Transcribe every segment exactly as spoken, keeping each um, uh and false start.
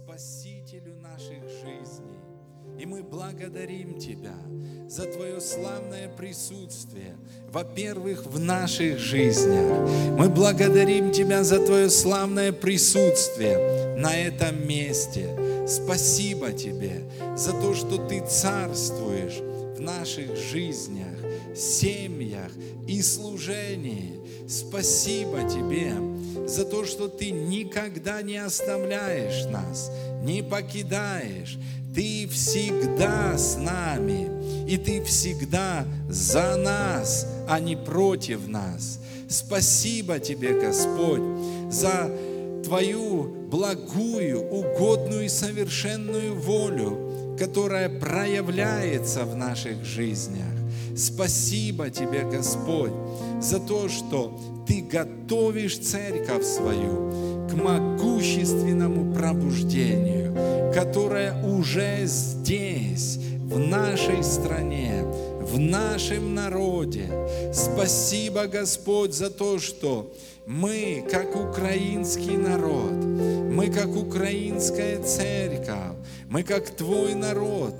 Спасителю наших жизней. И мы благодарим Тебя за Твое славное присутствие, во-первых, в наших жизнях. Мы благодарим Тебя за Твое славное присутствие на этом месте. Спасибо Тебе за то, что Ты царствуешь в наших жизнях, семьях и служении. Спасибо Тебе за то, что Ты никогда не оставляешь нас, не покидаешь. Ты всегда с нами, и Ты всегда за нас, а не против нас. Спасибо Тебе, Господь, за Твою благую, угодную и совершенную волю, которая проявляется в наших жизнях. Спасибо Тебе, Господь, за то, что Ты готовишь церковь свою к могущественному пробуждению, которое уже здесь, в нашей стране, в нашем народе. Спасибо, Господь, за то, что мы, как украинский народ, мы, как украинская церковь, мы, как Твой народ,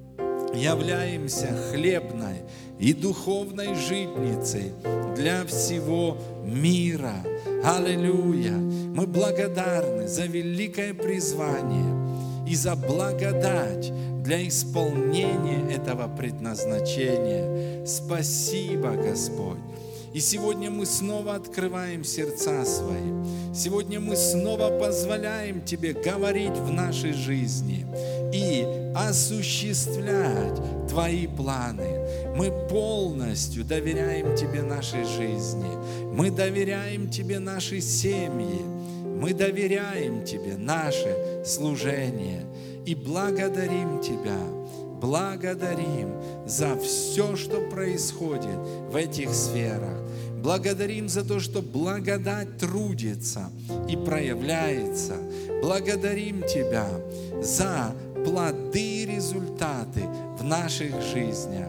являемся хлебной и духовной житницей для всего мира. Аллилуйя! Мы благодарны за великое призвание и за благодать для исполнения этого предназначения. Спасибо, Господь! И сегодня мы снова открываем сердца свои. Сегодня мы снова позволяем Тебе говорить в нашей жизни и осуществлять Твои планы. Мы полностью доверяем Тебе нашей жизни. Мы доверяем Тебе наши семьи. Мы доверяем Тебе наше служение. И благодарим Тебя, благодарим за все, что происходит в этих сферах. Благодарим за то, что благодать трудится и проявляется. Благодарим Тебя за плоды и результаты в наших жизнях.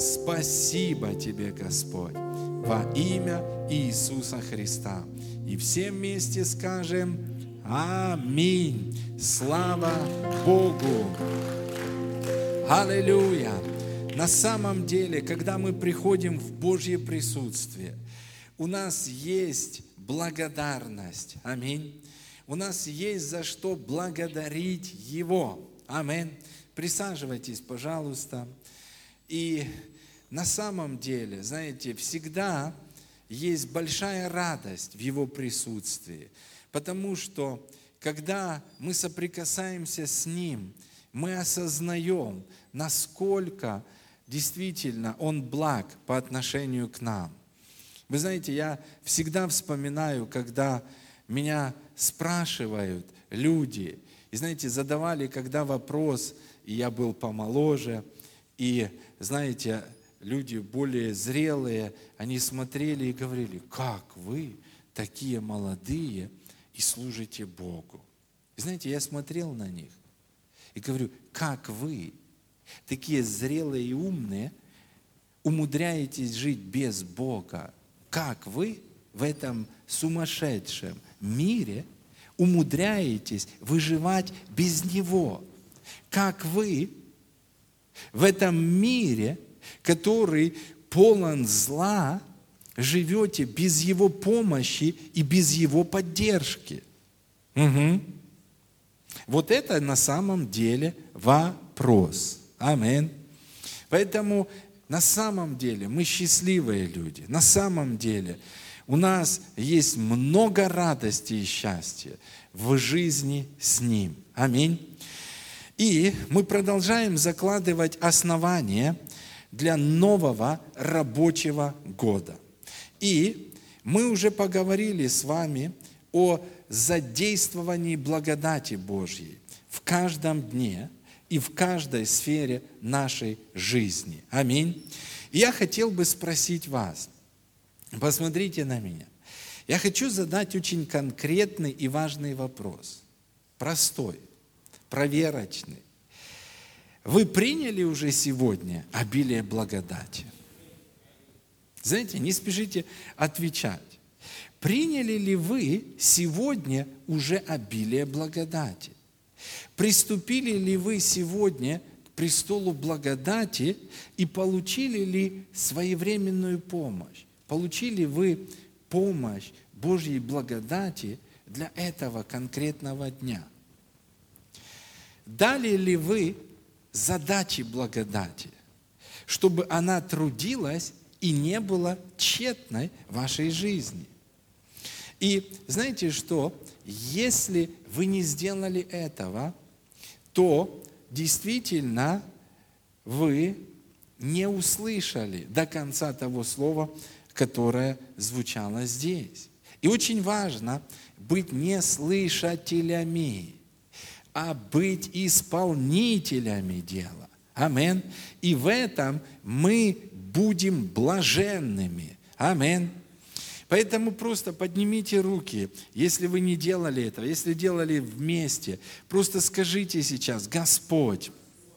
Спасибо Тебе, Господь, во имя Иисуса Христа. И все вместе скажем аминь. Слава Богу! Аллилуйя! На самом деле, когда мы приходим в Божье присутствие, у нас есть благодарность. Аминь. У нас есть за что благодарить Его. Аминь. Присаживайтесь, пожалуйста. И на самом деле, знаете, всегда есть большая радость в Его присутствии, потому что, когда мы соприкасаемся с Ним, мы осознаем, насколько действительно Он благ по отношению к нам. Вы знаете, я всегда вспоминаю, когда меня спрашивают люди, и знаете, задавали, когда вопрос, и я был помоложе, и, знаете, люди более зрелые, они смотрели и говорили: как вы, такие молодые, и служите Богу. И знаете, я смотрел на них и говорю: как вы, такие зрелые и умные, умудряетесь жить без Бога? Как вы в этом сумасшедшем мире умудряетесь выживать без Него? Как вы в этом мире, который полон зла, живете без Его помощи и без Его поддержки? Угу. Вот это на самом деле вопрос. Аминь. Поэтому на самом деле мы счастливые люди. На самом деле у нас есть много радости и счастья в жизни с Ним. Аминь. И мы продолжаем закладывать основания для нового рабочего года. И мы уже поговорили с вами о задействовании благодати Божьей в каждом дне и в каждой сфере нашей жизни. Аминь. И я хотел бы спросить вас, посмотрите на меня. Я хочу задать очень конкретный и важный вопрос. Простой, проверочный. Вы приняли уже сегодня обилие благодати? Знаете, не спешите отвечать. Приняли ли вы сегодня уже обилие благодати? Приступили ли вы сегодня к престолу благодати и получили ли своевременную помощь? Получили вы помощь Божьей благодати для этого конкретного дня? Дали ли вы задачи благодати, чтобы она трудилась и не была тщетной в вашей жизни? И знаете что? Если вы не сделали этого, то действительно вы не услышали до конца того слова, которое звучало здесь. И очень важно быть не слышателями, а быть исполнителями дела. Амин. И в этом мы будем блаженными. Амин. Поэтому просто поднимите руки, если вы не делали этого, если делали вместе, просто скажите сейчас: Господь,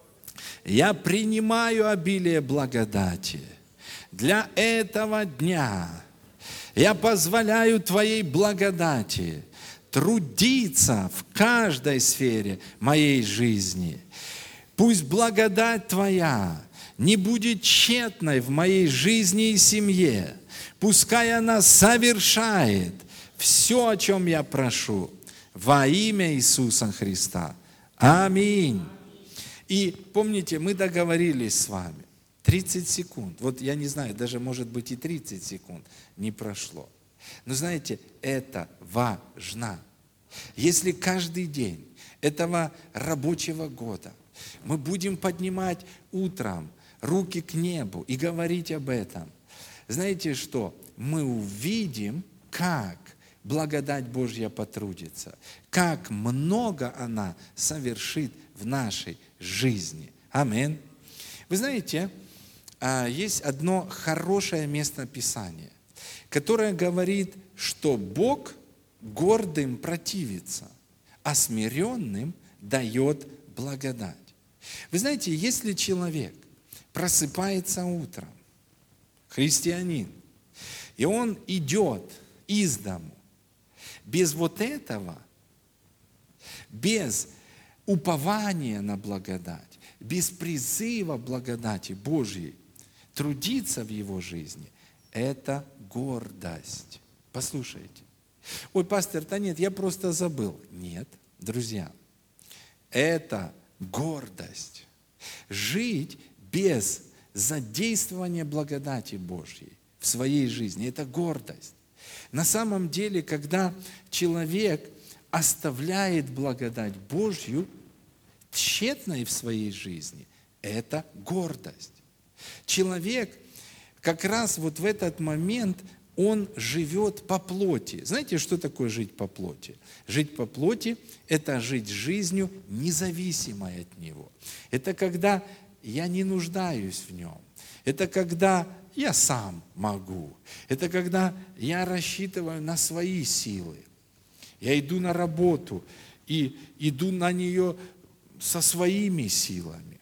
я принимаю обилие благодати для этого дня. Я позволяю Твоей благодати трудиться в каждой сфере моей жизни. Пусть благодать Твоя не будет тщетной в моей жизни и семье. Пускай она совершает все, о чем я прошу, во имя Иисуса Христа. Аминь. И помните, мы договорились с вами, тридцать секунд, вот я не знаю, даже может быть и тридцать секунд не прошло. Но знаете, это важно. Если каждый день этого рабочего года мы будем поднимать утром руки к небу и говорить об этом, знаете что? Мы увидим, как благодать Божья потрудится, как много она совершит в нашей жизни. Аминь. Вы знаете, есть одно хорошее место Писания, которое говорит, что Бог гордым противится, а смиренным дает благодать. Вы знаете, если человек просыпается утром, христианин, и он идет из дому, без вот этого, без упования на благодать, без призыва благодати Божьей, трудиться в его жизни, это гордость. Послушайте. Ой, пастор, да нет, я просто забыл. Нет, друзья, это гордость. Жить без задействования благодати Божьей в своей жизни – это гордость. На самом деле, когда человек оставляет благодать Божью тщетной в своей жизни, это гордость. Человек как раз вот в этот момент, он живет по плоти. Знаете, что такое жить по плоти? Жить по плоти – это жить жизнью, независимой от Него. Это когда я не нуждаюсь в Нем. Это когда я сам могу. Это когда я рассчитываю на свои силы. Я иду на работу и иду на нее со своими силами.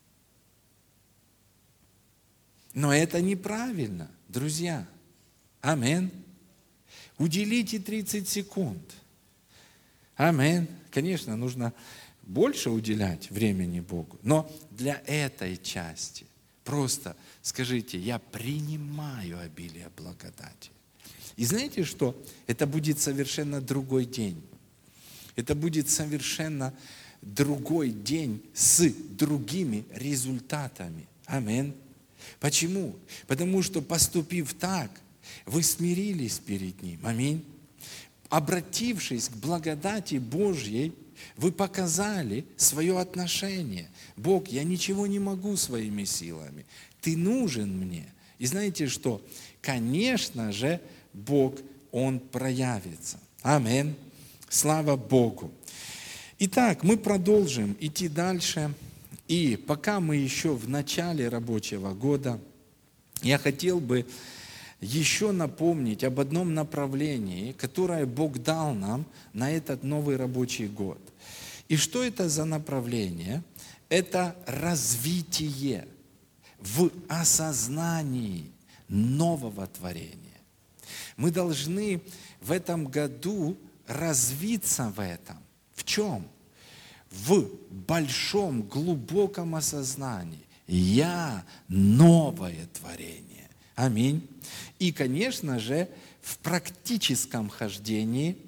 Но это неправильно, друзья. Аминь. Уделите тридцать секунд. Аминь. Конечно, нужно больше уделять времени Богу, но для этой части просто скажите: я принимаю обилие благодати. И знаете что? Это будет совершенно другой день. Это будет совершенно другой день с другими результатами. Аминь. Почему? Потому что, поступив так, вы смирились перед Ним. Аминь. Обратившись к благодати Божьей, вы показали свое отношение. Бог, я ничего не могу своими силами. Ты нужен мне. И знаете что? Конечно же, Бог, Он проявится. Аминь. Слава Богу. Итак, мы продолжим идти дальше. И пока мы еще в начале рабочего года, я хотел бы еще напомнить об одном направлении, которое Бог дал нам на этот новый рабочий год. И что это за направление? Это развитие в осознании нового творения. Мы должны в этом году развиться в этом. В чем? в большом, глубоком осознании. Я новое творение. Аминь. И, конечно же, в практическом хождении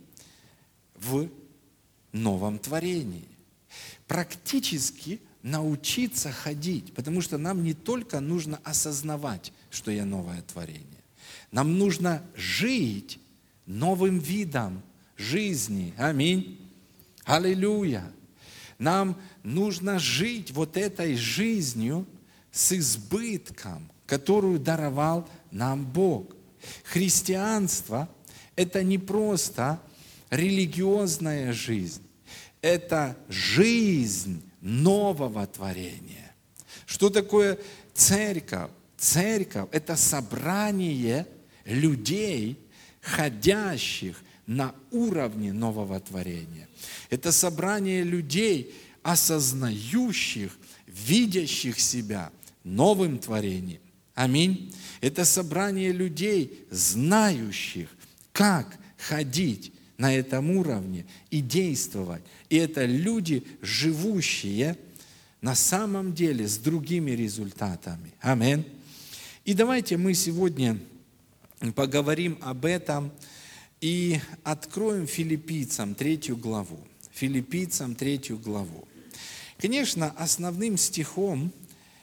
в новом творении. Практически научиться ходить, потому что нам не только нужно осознавать, что я новое творение. Нам нужно жить новым видом жизни. Аминь. Аллилуйя. Нам нужно жить вот этой жизнью с избытком, которую даровал нам Бог. Христианство – это не просто религиозная жизнь, это жизнь нового творения. Что такое церковь? Церковь – это собрание людей, ходящих на уровне нового творения. Это собрание людей, осознающих, видящих себя новым творением. Аминь. Это собрание людей, знающих, как ходить на этом уровне и действовать. И это люди, живущие на самом деле с другими результатами. Аминь. И давайте мы сегодня поговорим об этом и откроем Филиппийцам третью главу. Филиппийцам третью главу. Конечно, основным стихом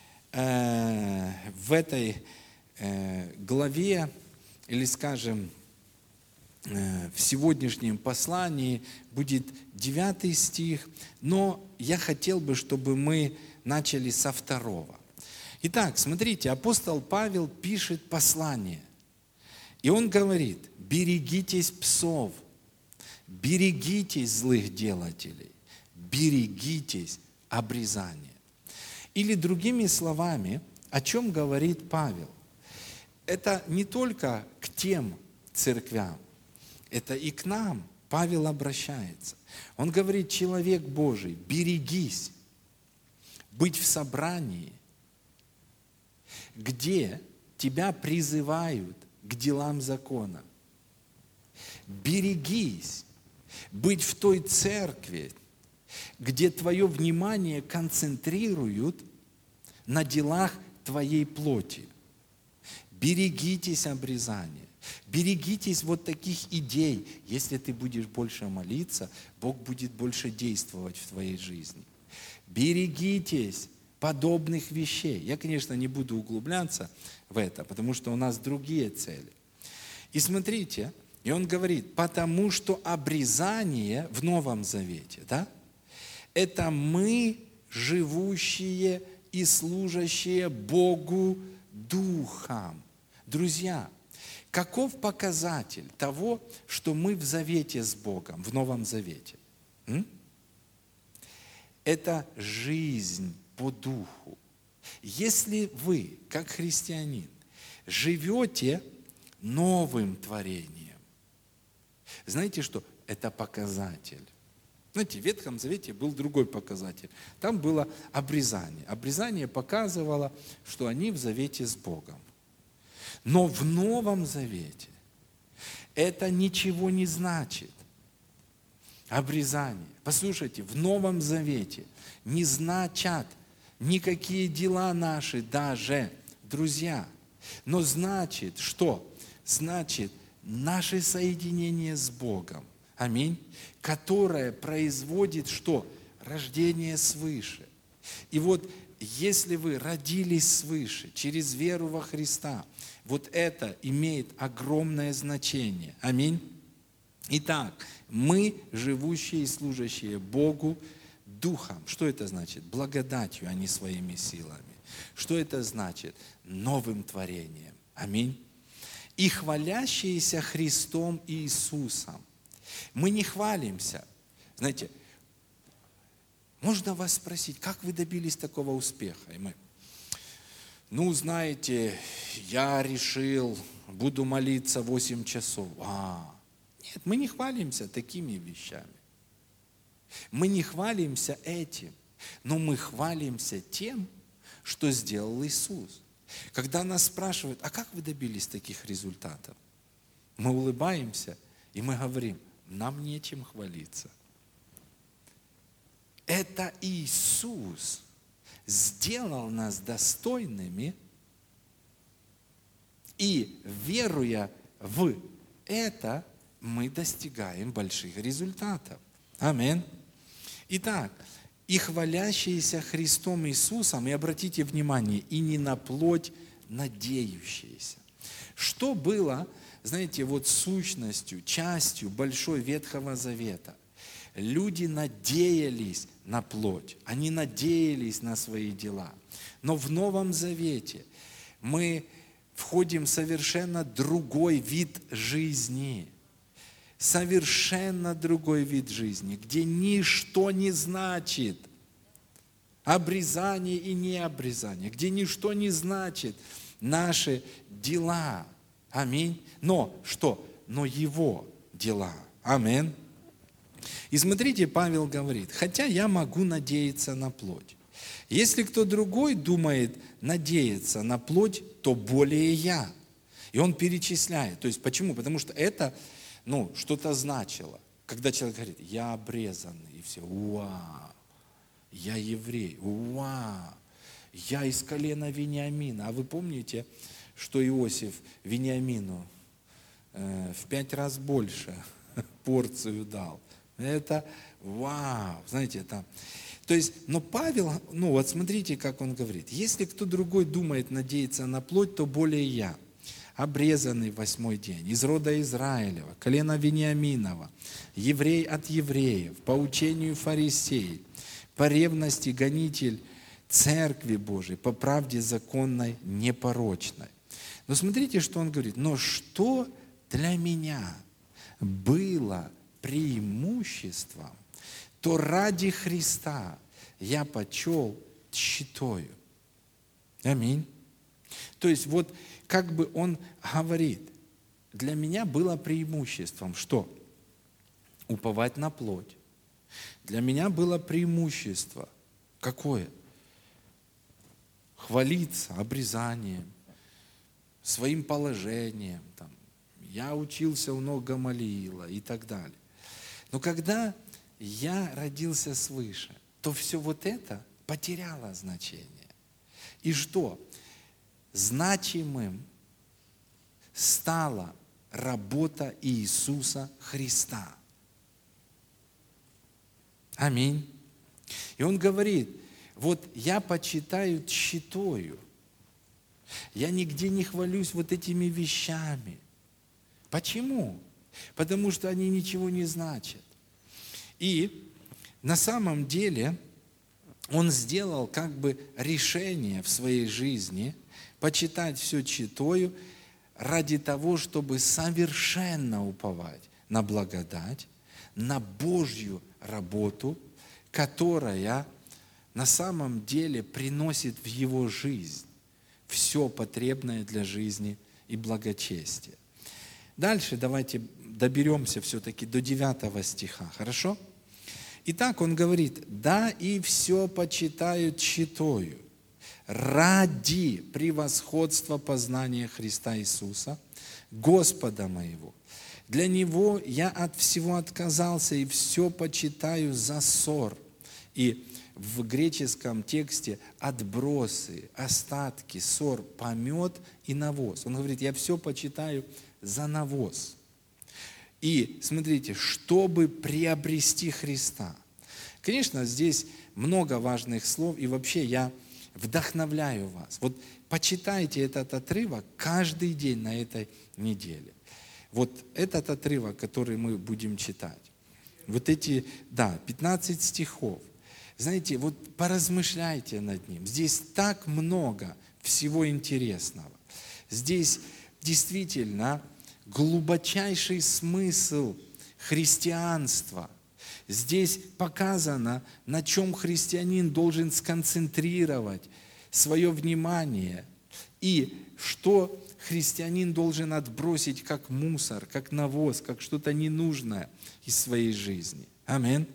э, в этой э, главе, или, скажем, э, в сегодняшнем послании будет девятый стих, но я хотел бы, чтобы мы начали со второго. Итак, смотрите, апостол Павел пишет послание, и он говорит: берегитесь псов, берегитесь злых делателей, берегитесь обрезания. Или другими словами, о чем говорит Павел? Это не только к тем церквям, это и к нам Павел обращается. Он говорит: человек Божий, берегись быть в собрании, где тебя призывают к делам закона. Берегись быть в той церкви, где твое внимание концентрируют на делах твоей плоти. Берегитесь обрезания. Берегитесь вот таких идей. Если ты будешь больше молиться, Бог будет больше действовать в твоей жизни. Берегитесь подобных вещей. Я, конечно, не буду углубляться в это, потому что у нас другие цели. И смотрите, и он говорит: потому что обрезание в Новом Завете, да, это мы, живущие и служащие Богу Духом. Друзья, каков показатель того, что мы в завете с Богом, в Новом Завете? М? Это жизнь по Духу. Если вы, как христианин, живете новым творением, знаете что? Это показатель. Знаете, в Ветхом Завете был другой показатель. Там было обрезание. Обрезание показывало, что они в завете с Богом. Но в Новом Завете это ничего не значит. Обрезание. Послушайте, в Новом Завете не значат никакие дела наши даже, друзья. Но значит, что? Значит, наше соединение с Богом. Аминь. Которое производит что? Рождение свыше. И вот если вы родились свыше, через веру во Христа, вот это имеет огромное значение. Аминь. Итак, мы, живущие и служащие Богу Духом. Что это значит? Благодатью, а не своими силами. Что это значит? Новым творением. Аминь. И хвалящиеся Христом Иисусом. Мы не хвалимся. Знаете, можно вас спросить, как вы добились такого успеха? И мы, ну, знаете, я решил, буду молиться восемь часов. А, нет, мы не хвалимся такими вещами. Мы не хвалимся этим, но мы хвалимся тем, что сделал Иисус. Когда нас спрашивают: а как вы добились таких результатов? Мы улыбаемся, и мы говорим: нам нечем хвалиться. Это Иисус сделал нас достойными, и веруя в это, мы достигаем больших результатов. Аминь. Итак, и хвалящиеся Христом Иисусом, и обратите внимание, и не на плоть надеющиеся. Что было, знаете, вот сущностью, частью Большой Ветхого Завета? Люди надеялись на плоть, они надеялись на свои дела. Но в Новом Завете мы входим в совершенно другой вид жизни. Совершенно другой вид жизни, где ничто не значит обрезание и необрезание, где ничто не значит наши дела. Аминь. Но что? Но Его дела. Аминь. И смотрите, Павел говорит, хотя я могу надеяться на плоть. Если кто другой думает надеяться на плоть, то более я. И он перечисляет. То есть почему? Потому что это, ну, что-то значило. Когда человек говорит, я обрезанный, и все, уа, я еврей, уа, я из колена Вениамина. А вы помните, что Иосиф Вениамину э, в пять раз больше порцию дал? Это вау, знаете, там. То есть, но Павел, ну вот смотрите, как он говорит. Если кто другой думает надеяться на плоть, то более я, обрезанный восьмой день, из рода Израилева, колена Вениаминова, еврей от евреев, по учению фарисей, по ревности гонитель Церкви Божией, по правде законной, непорочной. Но смотрите, что он говорит. Но что для меня было преимуществом, то ради Христа я почел тщетою. Аминь. То есть вот как бы он говорит, для меня было преимуществом, что? Уповать на плоть. Для меня было преимущество. Какое? Хвалиться обрезанием, своим положением. Там, я учился у ног Гамалиила и так далее. Но когда я родился свыше, то все вот это потеряло значение. И что? Значимым стала работа Иисуса Христа. Аминь. И он говорит, вот я почитаю тщетою. Я нигде не хвалюсь вот этими вещами. Почему? Потому что они ничего не значат. И на самом деле он сделал как бы решение в своей жизни почитать все тщетою ради того, чтобы совершенно уповать на благодать, на Божью работу, которая на самом деле приносит в его жизнь все потребное для жизни и благочестия. Дальше давайте доберемся все-таки до девятого стиха, хорошо? Итак, он говорит, да и все почитают тщетою ради превосходства познания Христа Иисуса, Господа моего. Для Него я от всего отказался и все почитаю за ссор. И в греческом тексте отбросы, остатки, ссор, помет и навоз. Он говорит, я все почитаю за навоз. И смотрите, чтобы приобрести Христа. Конечно, здесь много важных слов, и вообще я вдохновляю вас. Вот почитайте этот отрывок каждый день на этой неделе. Вот этот отрывок, который мы будем читать. Вот эти, да, пятнадцать стихов. Знаете, вот поразмышляйте над ним. Здесь так много всего интересного. Здесь действительно глубочайший смысл христианства. Здесь показано, на чем христианин должен сконцентрировать свое внимание и что христианин должен отбросить как мусор, как навоз, как что-то ненужное из своей жизни. Аминь.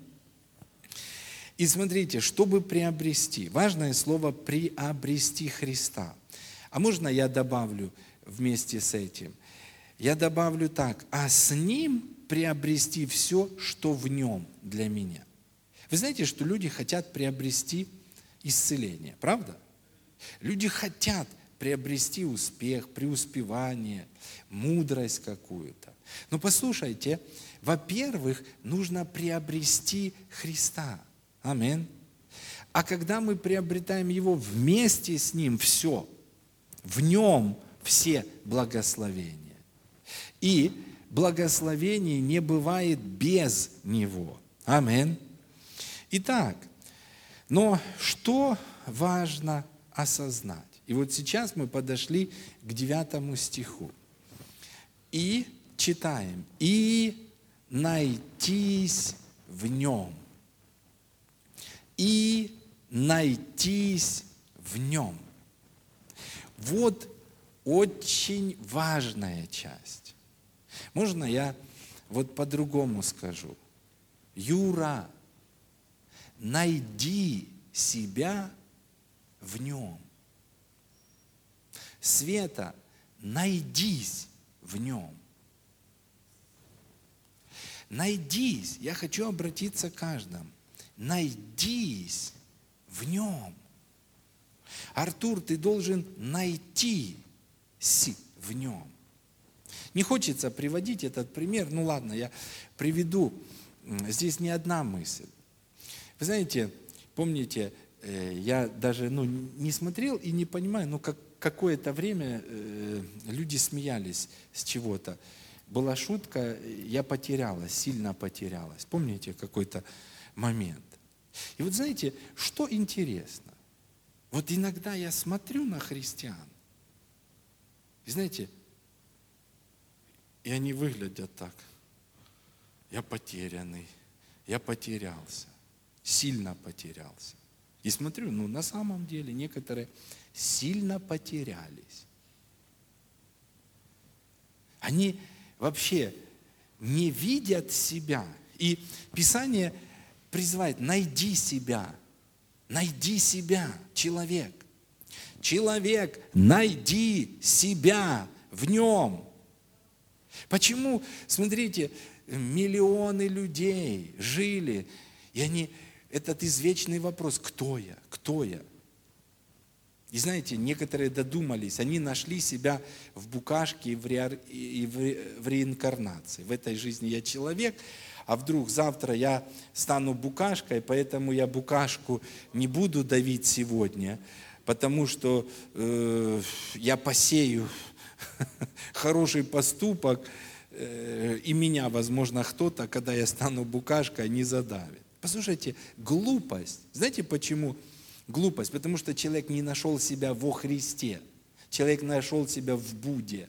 И смотрите, чтобы приобрести, важное слово «приобрести Христа». А можно я добавлю вместе с этим? Я добавлю так, а с Ним приобрести все, что в Нем для меня. Вы знаете, что люди хотят приобрести исцеление, правда? Люди хотят приобрести успех, преуспевание, мудрость какую-то. Но послушайте, во-первых, нужно приобрести Христа. Аминь. А когда мы приобретаем Его вместе с Ним, все, в Нем все благословения. И благословений не бывает без Него. Аминь. Итак, но что важно осознать? И вот сейчас мы подошли к девятому стиху. И читаем. И найтись в Нем. И найтись в Нем. Вот очень важная часть. Можно я вот по-другому скажу? Юра, найди себя в Нем. Света, найдись в Нем. Найдись, я хочу обратиться к каждому. Найдись в Нем. Артур, ты должен найти в Нем. Не хочется приводить этот пример, ну ладно, я приведу. Здесь не одна мысль. Вы знаете, помните, я даже ну, не смотрел и не понимаю, но как, какое-то время люди смеялись с чего-то. Была шутка, я потерялась, сильно потерялась. Помните какой-то момент? И вот знаете, что интересно? Вот иногда я смотрю на христиан, и знаете, и они выглядят так. Я потерянный, я потерялся, сильно потерялся. И смотрю, ну на самом деле некоторые сильно потерялись. Они вообще не видят себя. И Писание призывает, найди себя, найди себя, человек. Человек, найди себя в Нем. Почему, смотрите, миллионы людей жили, и они, этот извечный вопрос, кто я, кто я? И знаете, некоторые додумались, они нашли себя в букашке и в, ре, и в, в реинкарнации. В этой жизни я человек, а вдруг завтра я стану букашкой, поэтому я букашку не буду давить сегодня, потому что э, я посею хороший поступок, э, и меня, возможно, кто-то, когда я стану букашкой, не задавит. Послушайте, глупость. Знаете почему глупость? Потому что человек не нашел себя во Христе. Человек нашел себя в Будде.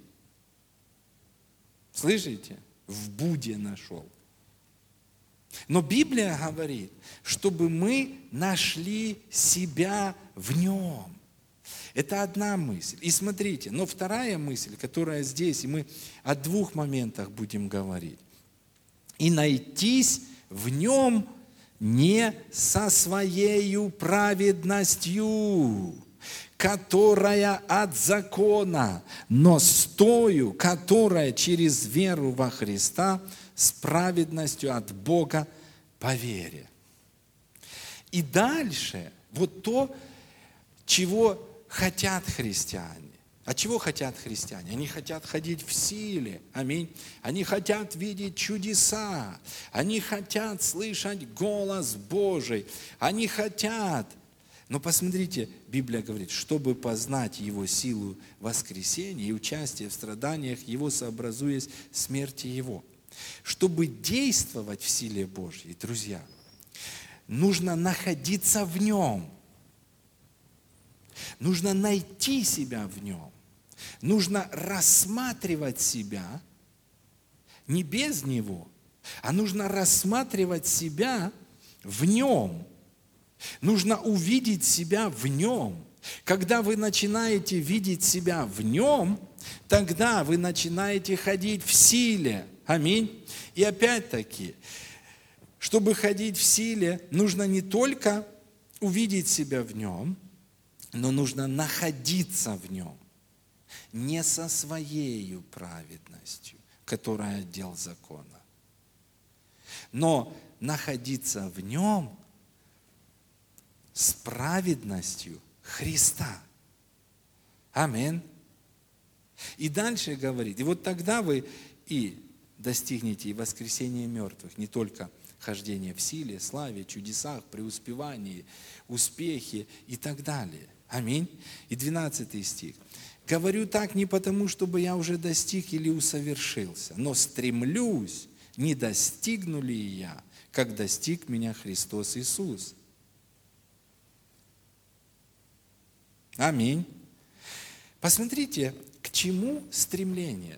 Слышите? В Будде нашел. Но Библия говорит, чтобы мы нашли себя в Нем. Это одна мысль. И смотрите, но вторая мысль, которая здесь, и мы о двух моментах будем говорить. И найтись в Нем не со своею праведностью, которая от закона, но с тою, которая через веру во Христа, с праведностью от Бога по вере. И дальше вот то, чего хотят христиане. А чего хотят христиане? Они хотят ходить в силе. Аминь. Они хотят видеть чудеса. Они хотят слышать голос Божий. Они хотят. Но посмотрите, Библия говорит, чтобы познать Его силу воскресения и участие в страданиях Его, сообразуясь смерти Его. Чтобы действовать в силе Божьей, друзья, нужно находиться в Нем. Нужно найти себя в Нем. Нужно рассматривать себя не без Него, а нужно рассматривать себя в Нем. Нужно увидеть себя в Нем. Когда вы начинаете видеть себя в Нем, тогда вы начинаете ходить в силе. Аминь. И опять-таки, чтобы ходить в силе, нужно не только увидеть себя в Нем, но нужно находиться в Нем. Не со своей праведностью, которая отдел закона, но находиться в Нем с праведностью Христа. Аминь. И дальше говорит, и вот тогда вы и достигнете и воскресения мертвых, не только хождение в силе, славе, чудесах, преуспевании, успехе и так далее. Аминь. И двенадцатый стих. «Говорю так не потому, чтобы я уже достиг или усовершился, но стремлюсь, не достигну ли я, как достиг меня Христос Иисус». Аминь. Посмотрите, к чему стремление.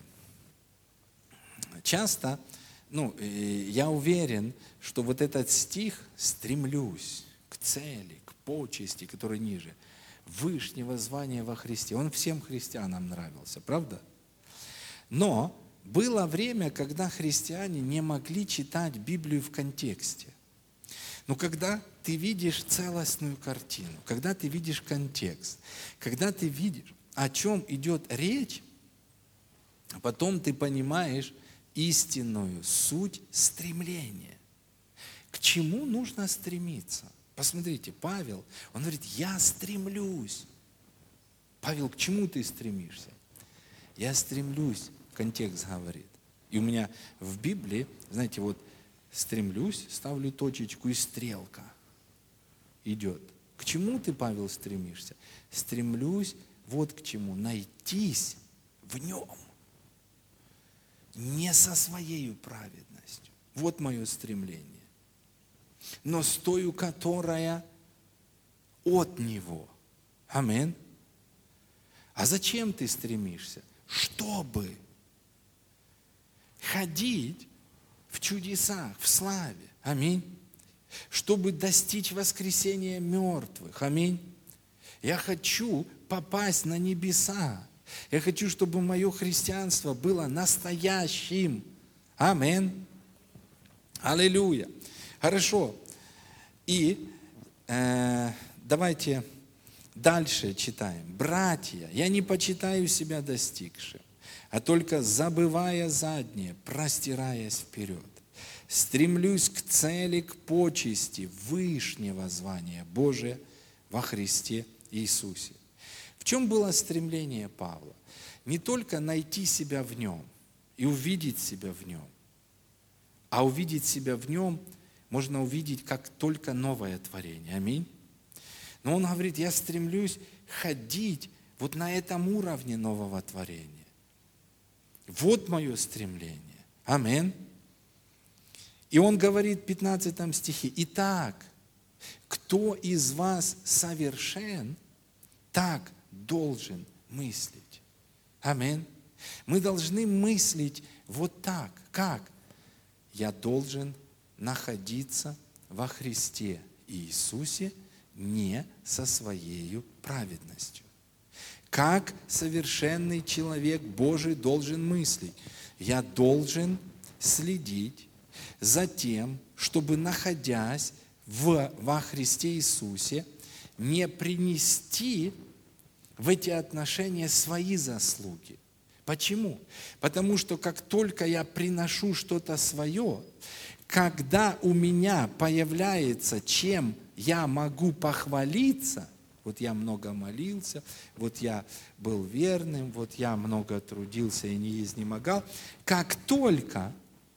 Часто, ну, я уверен, что вот этот стих «стремлюсь к цели, к почести, которая ниже», вышнего звания во Христе, он всем христианам нравился, правда? Но было время, когда христиане не могли читать Библию в контексте. Но когда ты видишь целостную картину, когда ты видишь контекст, когда ты видишь, о чем идет речь, потом ты понимаешь истинную суть стремления. К чему нужно стремиться? Посмотрите, Павел, он говорит, я стремлюсь. Павел, к чему ты стремишься? Я стремлюсь, контекст говорит. И у меня в Библии, знаете, вот стремлюсь, ставлю точечку, и стрелка идет. К чему ты, Павел, стремишься? Стремлюсь вот к чему. Найтись в нем. Не со своей праведностью. Вот мое стремление. Но с тою, которая от Него. Аминь. А зачем ты стремишься? Чтобы ходить в чудесах, в славе. Аминь. Чтобы достичь воскресения мертвых. Аминь. Я хочу попасть на небеса. Я хочу, чтобы мое христианство было настоящим. Аминь. Аллилуйя. Хорошо. И э, давайте дальше читаем. «Братья, я не почитаю себя достигшим, а только забывая заднее, простираясь вперед, стремлюсь к цели, к почести вышнего звания Божия во Христе Иисусе». В чем было стремление Павла? Не только найти себя в Нем и увидеть себя в Нем, а увидеть себя в Нем можно увидеть как только новое творение. Аминь. Но он говорит, я стремлюсь ходить вот на этом уровне нового творения. Вот мое стремление. Аминь. И он говорит в пятнадцатом стихе, «Итак, кто из вас совершен, так должен мыслить». Аминь. Мы должны мыслить вот так. Как? Я должен находиться во Христе Иисусе не со своей праведностью. Как совершенный человек Божий должен мыслить? Я должен следить за тем, чтобы, находясь в, во Христе Иисусе, не принести в эти отношения свои заслуги. Почему? Потому что как только я приношу что-то свое, когда у меня появляется, чем я могу похвалиться, вот я много молился, вот я был верным, вот я много трудился и не изнемогал, как только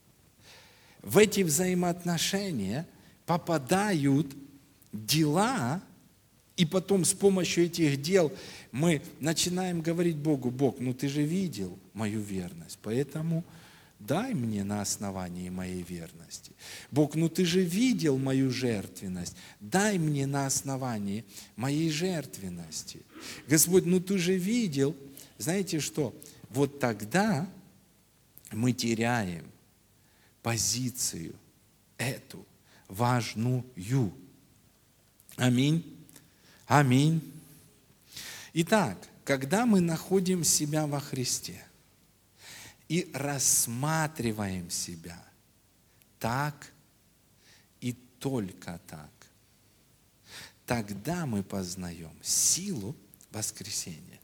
в эти взаимоотношения попадают дела, и потом с помощью этих дел мы начинаем говорить Богу, Бог, ну ты же видел мою верность, поэтому дай мне на основании моей верности. Бог, ну ты же видел мою жертвенность, дай мне на основании моей жертвенности. Господь, ну ты же видел, знаете что, вот тогда мы теряем позицию эту важную. Аминь. Аминь. Итак, когда мы находим себя во Христе и рассматриваем себя так и только так, тогда мы познаем силу воскресения.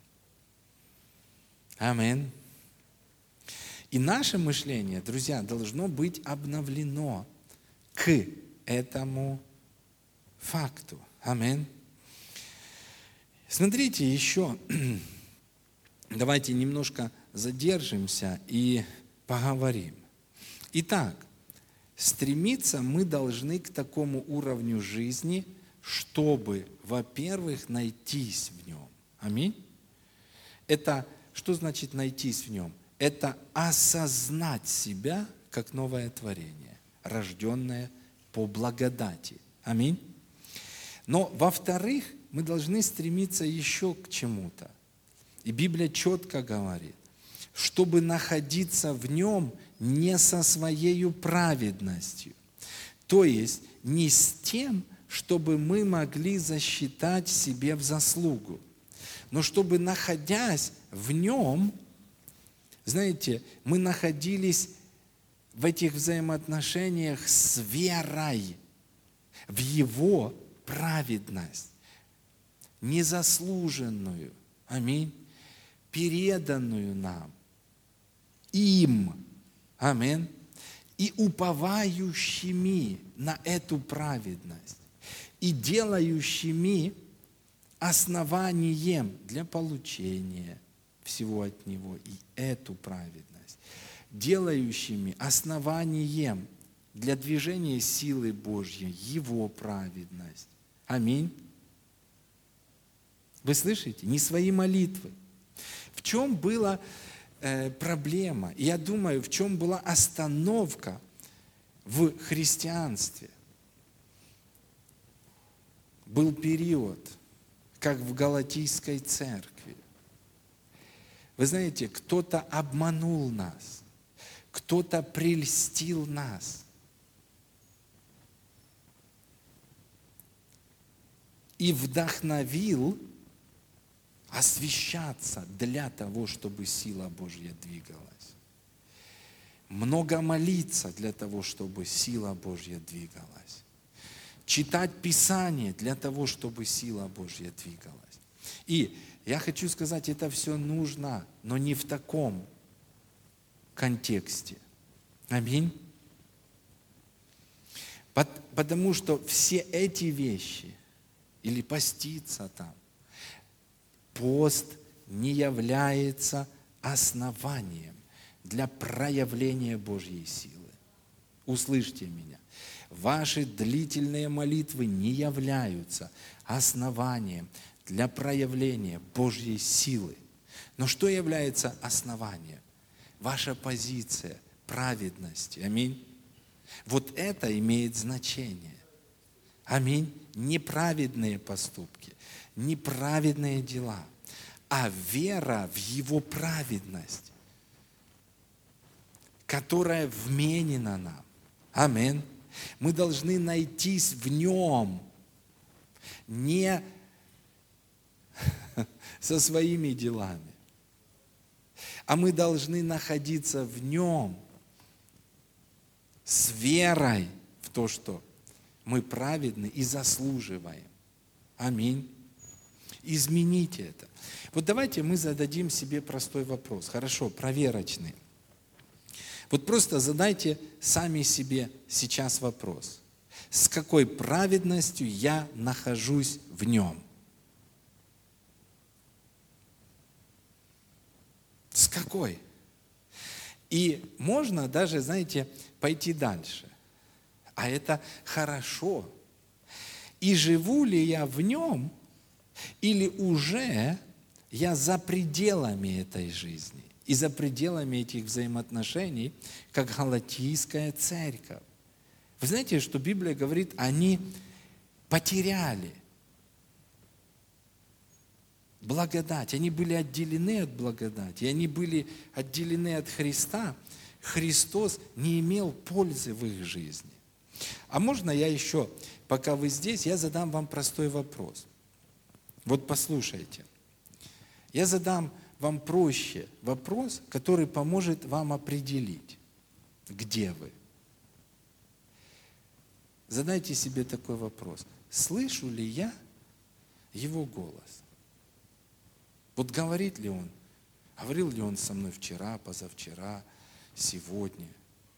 Аминь. И наше мышление, друзья, должно быть обновлено к этому факту. Аминь. Смотрите, еще давайте немножко задержимся и поговорим. Итак, стремиться мы должны к такому уровню жизни, чтобы, во-первых, найтись в нем. Аминь. Это что значит найтись в нем? Это осознать себя как новое творение, рожденное по благодати. Аминь. Но, во-вторых, мы должны стремиться еще к чему-то. И Библия четко говорит, чтобы находиться в нем не со своей праведностью, то есть не с тем, чтобы мы могли засчитать себе в заслугу, но чтобы, находясь в нем, знаете, мы находились в этих взаимоотношениях с верой в Его праведность, незаслуженную, аминь, переданную нам, им, аминь, и уповающими на эту праведность, и делающими основанием для получения всего от Него, и эту праведность, делающими основанием для движения силы Божьей, Его праведность. Аминь. Вы слышите? Не свои молитвы. В чем была э, проблема? Я думаю, в чем была остановка в христианстве? Был период, как в Галатийской церкви. Вы знаете, кто-то обманул нас, кто-то прельстил нас. И вдохновил освящаться для того, чтобы сила Божья двигалась. Много молиться для того, чтобы сила Божья двигалась. Читать Писание для того, чтобы сила Божья двигалась. И я хочу сказать, это все нужно, но не в таком контексте. Аминь. Потому что все эти вещи, или поститься там, пост не является основанием для проявления Божьей силы. Услышьте меня. Ваши длительные молитвы не являются основанием для проявления Божьей силы. Но что является основанием? Ваша позиция праведности. Аминь. Вот это имеет значение. Аминь. Неправедные поступки, неправедные дела, а вера в Его праведность, которая вменена нам. Аминь. Мы должны найтись в Нем, не со своими делами, а мы должны находиться в Нем с верой в то, что мы праведны и заслуживаем. Аминь. Измените это. Вот давайте мы зададим себе простой вопрос. Хорошо, проверочный. Вот просто задайте сами себе сейчас вопрос. С какой праведностью я нахожусь в Нем? С какой? И можно даже, знаете, пойти дальше. А это хорошо. И живу ли я в Нем, или уже я за пределами этой жизни и за пределами этих взаимоотношений, как Галатийская церковь. Вы знаете, что Библия говорит, они потеряли благодать, они были отделены от благодати, они были отделены от Христа. Христос не имел пользы в их жизни. А можно я еще, пока вы здесь, я задам вам простой вопрос. Вот послушайте. Я задам вам проще вопрос, который поможет вам определить, где вы. Задайте себе такой вопрос. Слышу ли я Его голос? Вот говорит ли Он? Говорил ли Он со мной вчера, позавчера, сегодня?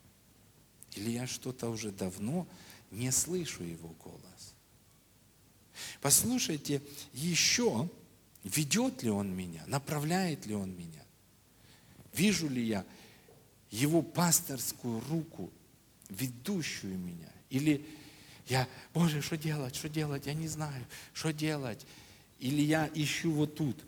Или я что-то уже давно не слышу Его голос? Послушайте еще, ведет ли Он меня, направляет ли Он меня. Вижу ли я Его пасторскую руку, ведущую меня. Или я, Боже, что делать, что делать, я не знаю, что делать. Или я ищу вот тут,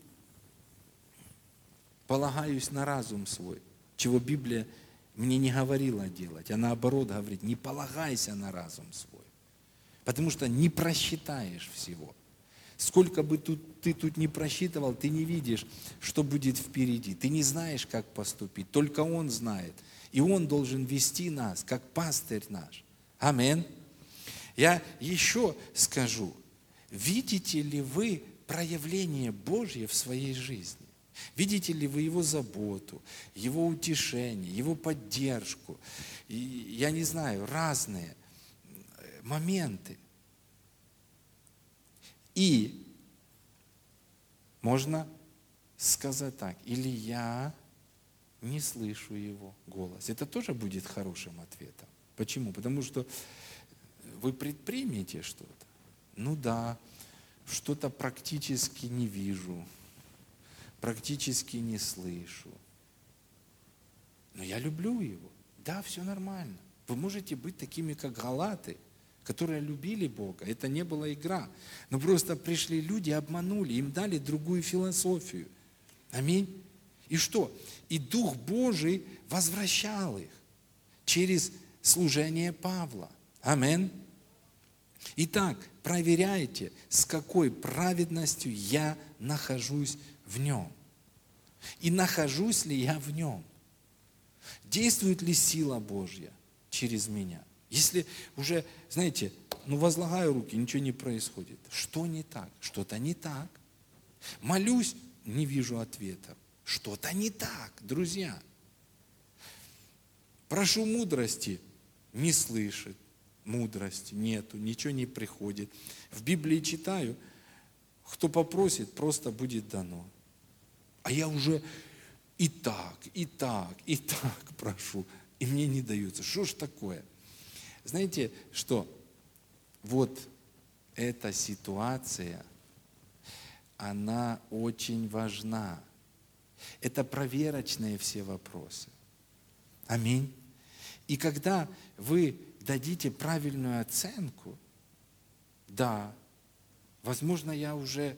полагаюсь на разум свой, чего Библия мне не говорила делать, а наоборот говорит, не полагайся на разум свой, потому что не просчитаешь всего. Сколько бы тут, ты тут не просчитывал, ты не видишь, что будет впереди. Ты не знаешь, как поступить, только Он знает. И Он должен вести нас, как пастырь наш. Аминь. Я еще скажу, видите ли вы проявление Божье в своей жизни? Видите ли вы Его заботу, Его утешение, Его поддержку? И, я не знаю, разные моменты. И можно сказать так, или я не слышу Его голос. Это тоже будет хорошим ответом. Почему? Потому что вы предпримете что-то. Ну да, что-то практически не вижу, практически не слышу. Но я люблю Его. Да, все нормально. Вы можете быть такими, как Галаты, которые любили Бога. Это не была игра. Но просто пришли люди, обманули, им дали другую философию. Аминь. И что? И Дух Божий возвращал их через служение Павла. Аминь. Итак, проверяйте, с какой праведностью я нахожусь в Нем. И нахожусь ли я в Нем? Действует ли сила Божья через меня? Если уже, знаете, ну возлагаю руки, ничего не происходит. Что не так? Что-то не так. Молюсь, не вижу ответа. Что-то не так, друзья. Прошу мудрости, не слышит. Мудрости нету, ничего не приходит. В Библии читаю, кто попросит, просто будет дано. А я уже и так, и так, и так прошу, и мне не дается. Что ж такое? Знаете, что вот эта ситуация, она очень важна. Это проверочные все вопросы. Аминь. И когда вы дадите правильную оценку, да, возможно, я уже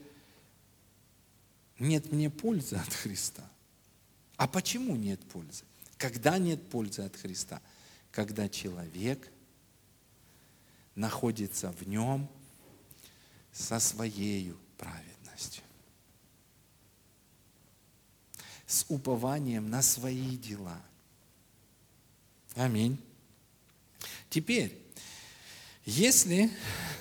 нет мне пользы от Христа. А почему нет пользы? Когда нет пользы от Христа? Когда человек находится в Нем со своей праведностью, с упованием на свои дела. Аминь. Теперь, если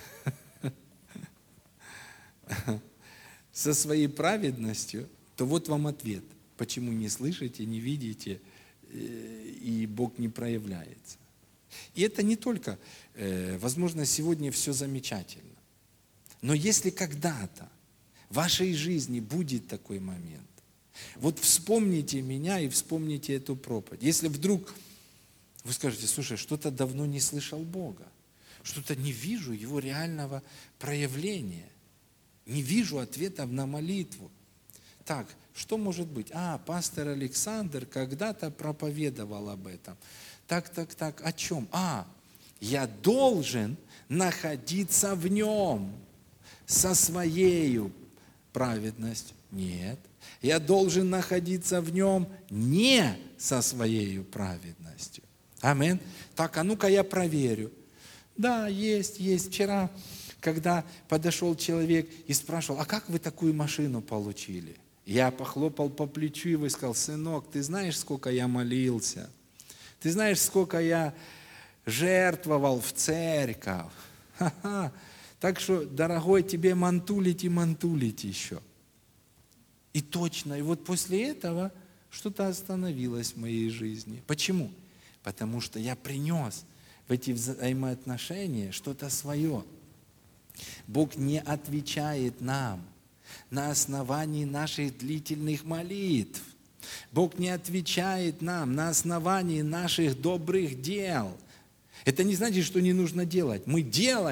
со своей праведностью, то вот вам ответ, почему не слышите, не видите, и Бог не проявляется. И это не только, возможно, сегодня все замечательно, но если когда-то в вашей жизни будет такой момент, вот вспомните меня и вспомните эту проповедь. Если вдруг вы скажете, слушай, что-то давно не слышал Бога, что-то не вижу Его реального проявления, не вижу ответов на молитву. Так, что может быть? А, пастор Александр когда-то проповедовал об этом. Так, так, так, о чем? А, я должен находиться в Нем со своей праведностью. Нет. Я должен находиться в Нем не со своей праведностью. Аминь. Так, а ну-ка я проверю. Да, есть, есть. Вчера, когда подошел человек и спрашивал, а как вы такую машину получили? Я похлопал по плечу его и сказал, сынок, ты знаешь, сколько я молился? Ты знаешь, сколько я жертвовал в церковь? Ха-ха. Так что, дорогой, тебе мантулить и мантулить еще. И точно, и вот после этого что-то остановилось в моей жизни. Почему? Потому что я принес в эти взаимоотношения что-то свое. Бог не отвечает нам на основании наших длительных молитв. Бог не отвечает нам на основании наших добрых дел. Это не значит, что не нужно делать. Мы делаем,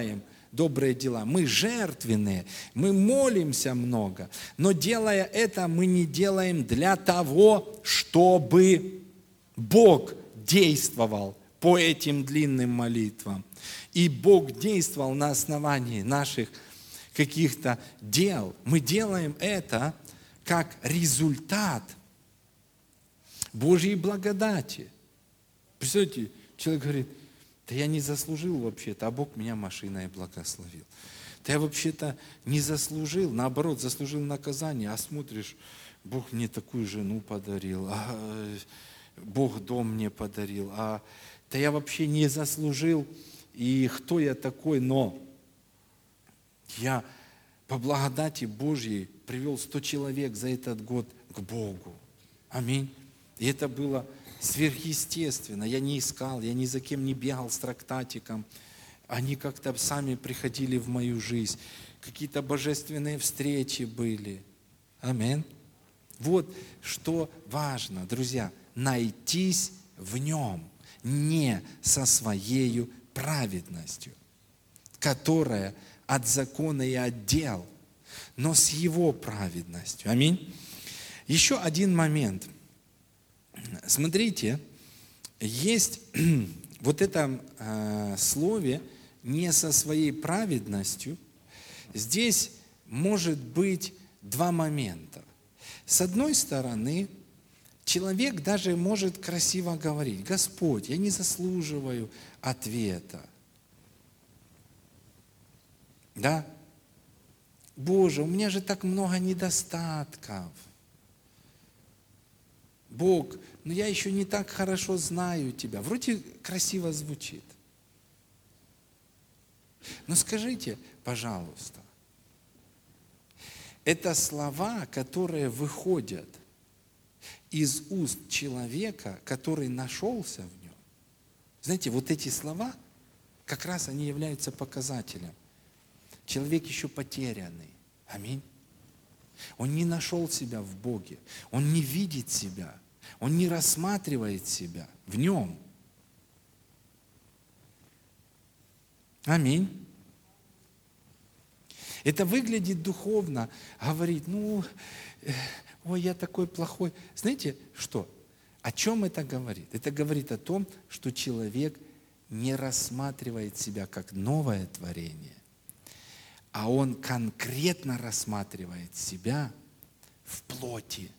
добрые дела. Мы жертвенные, мы молимся много. Но делая это, мы не делаем для того, чтобы Бог действовал по этим длинным молитвам. И Бог действовал на основании наших каких-то дел. Мы делаем это как результат Божьей благодати. Представляете, человек говорит: да я не заслужил вообще-то, а Бог меня машиной благословил. Да я вообще-то не заслужил, наоборот, заслужил наказание, а смотришь, Бог мне такую жену подарил, а Бог дом мне подарил, а да я вообще не заслужил, и кто я такой, но я по благодати Божьей привел сто человек за этот год к Богу. Аминь. И это было сверхъестественно. Я не искал, я ни за кем не бегал с трактатиком. Они как-то сами приходили в мою жизнь. Какие-то божественные встречи были. Аминь. Вот что важно, друзья, найтись в Нем, не со своей праведностью, которая от закона и от дел, но с Его праведностью. Аминь. Еще один момент. Смотрите, есть вот это э, слове «не со своей праведностью». Здесь может быть два момента. С одной стороны, человек даже может красиво говорить: Господь, я не заслуживаю ответа. Да? Боже, у меня же так много недостатков. Бог, но я еще не так хорошо знаю Тебя. Вроде красиво звучит. Но скажите, пожалуйста, это слова, которые выходят из уст человека, который нашелся в нем. Знаете, вот эти слова, как раз они являются показателем. Человек еще потерянный. Аминь. Он не нашел себя в Боге. Он не видит себя. Он не рассматривает себя в Нем. Аминь. Это выглядит духовно. Говорит: ну, ой, я такой плохой. Знаете что? О чем это говорит? Это говорит о том, что человек не рассматривает себя как новое творение, а он конкретно рассматривает себя в плоти.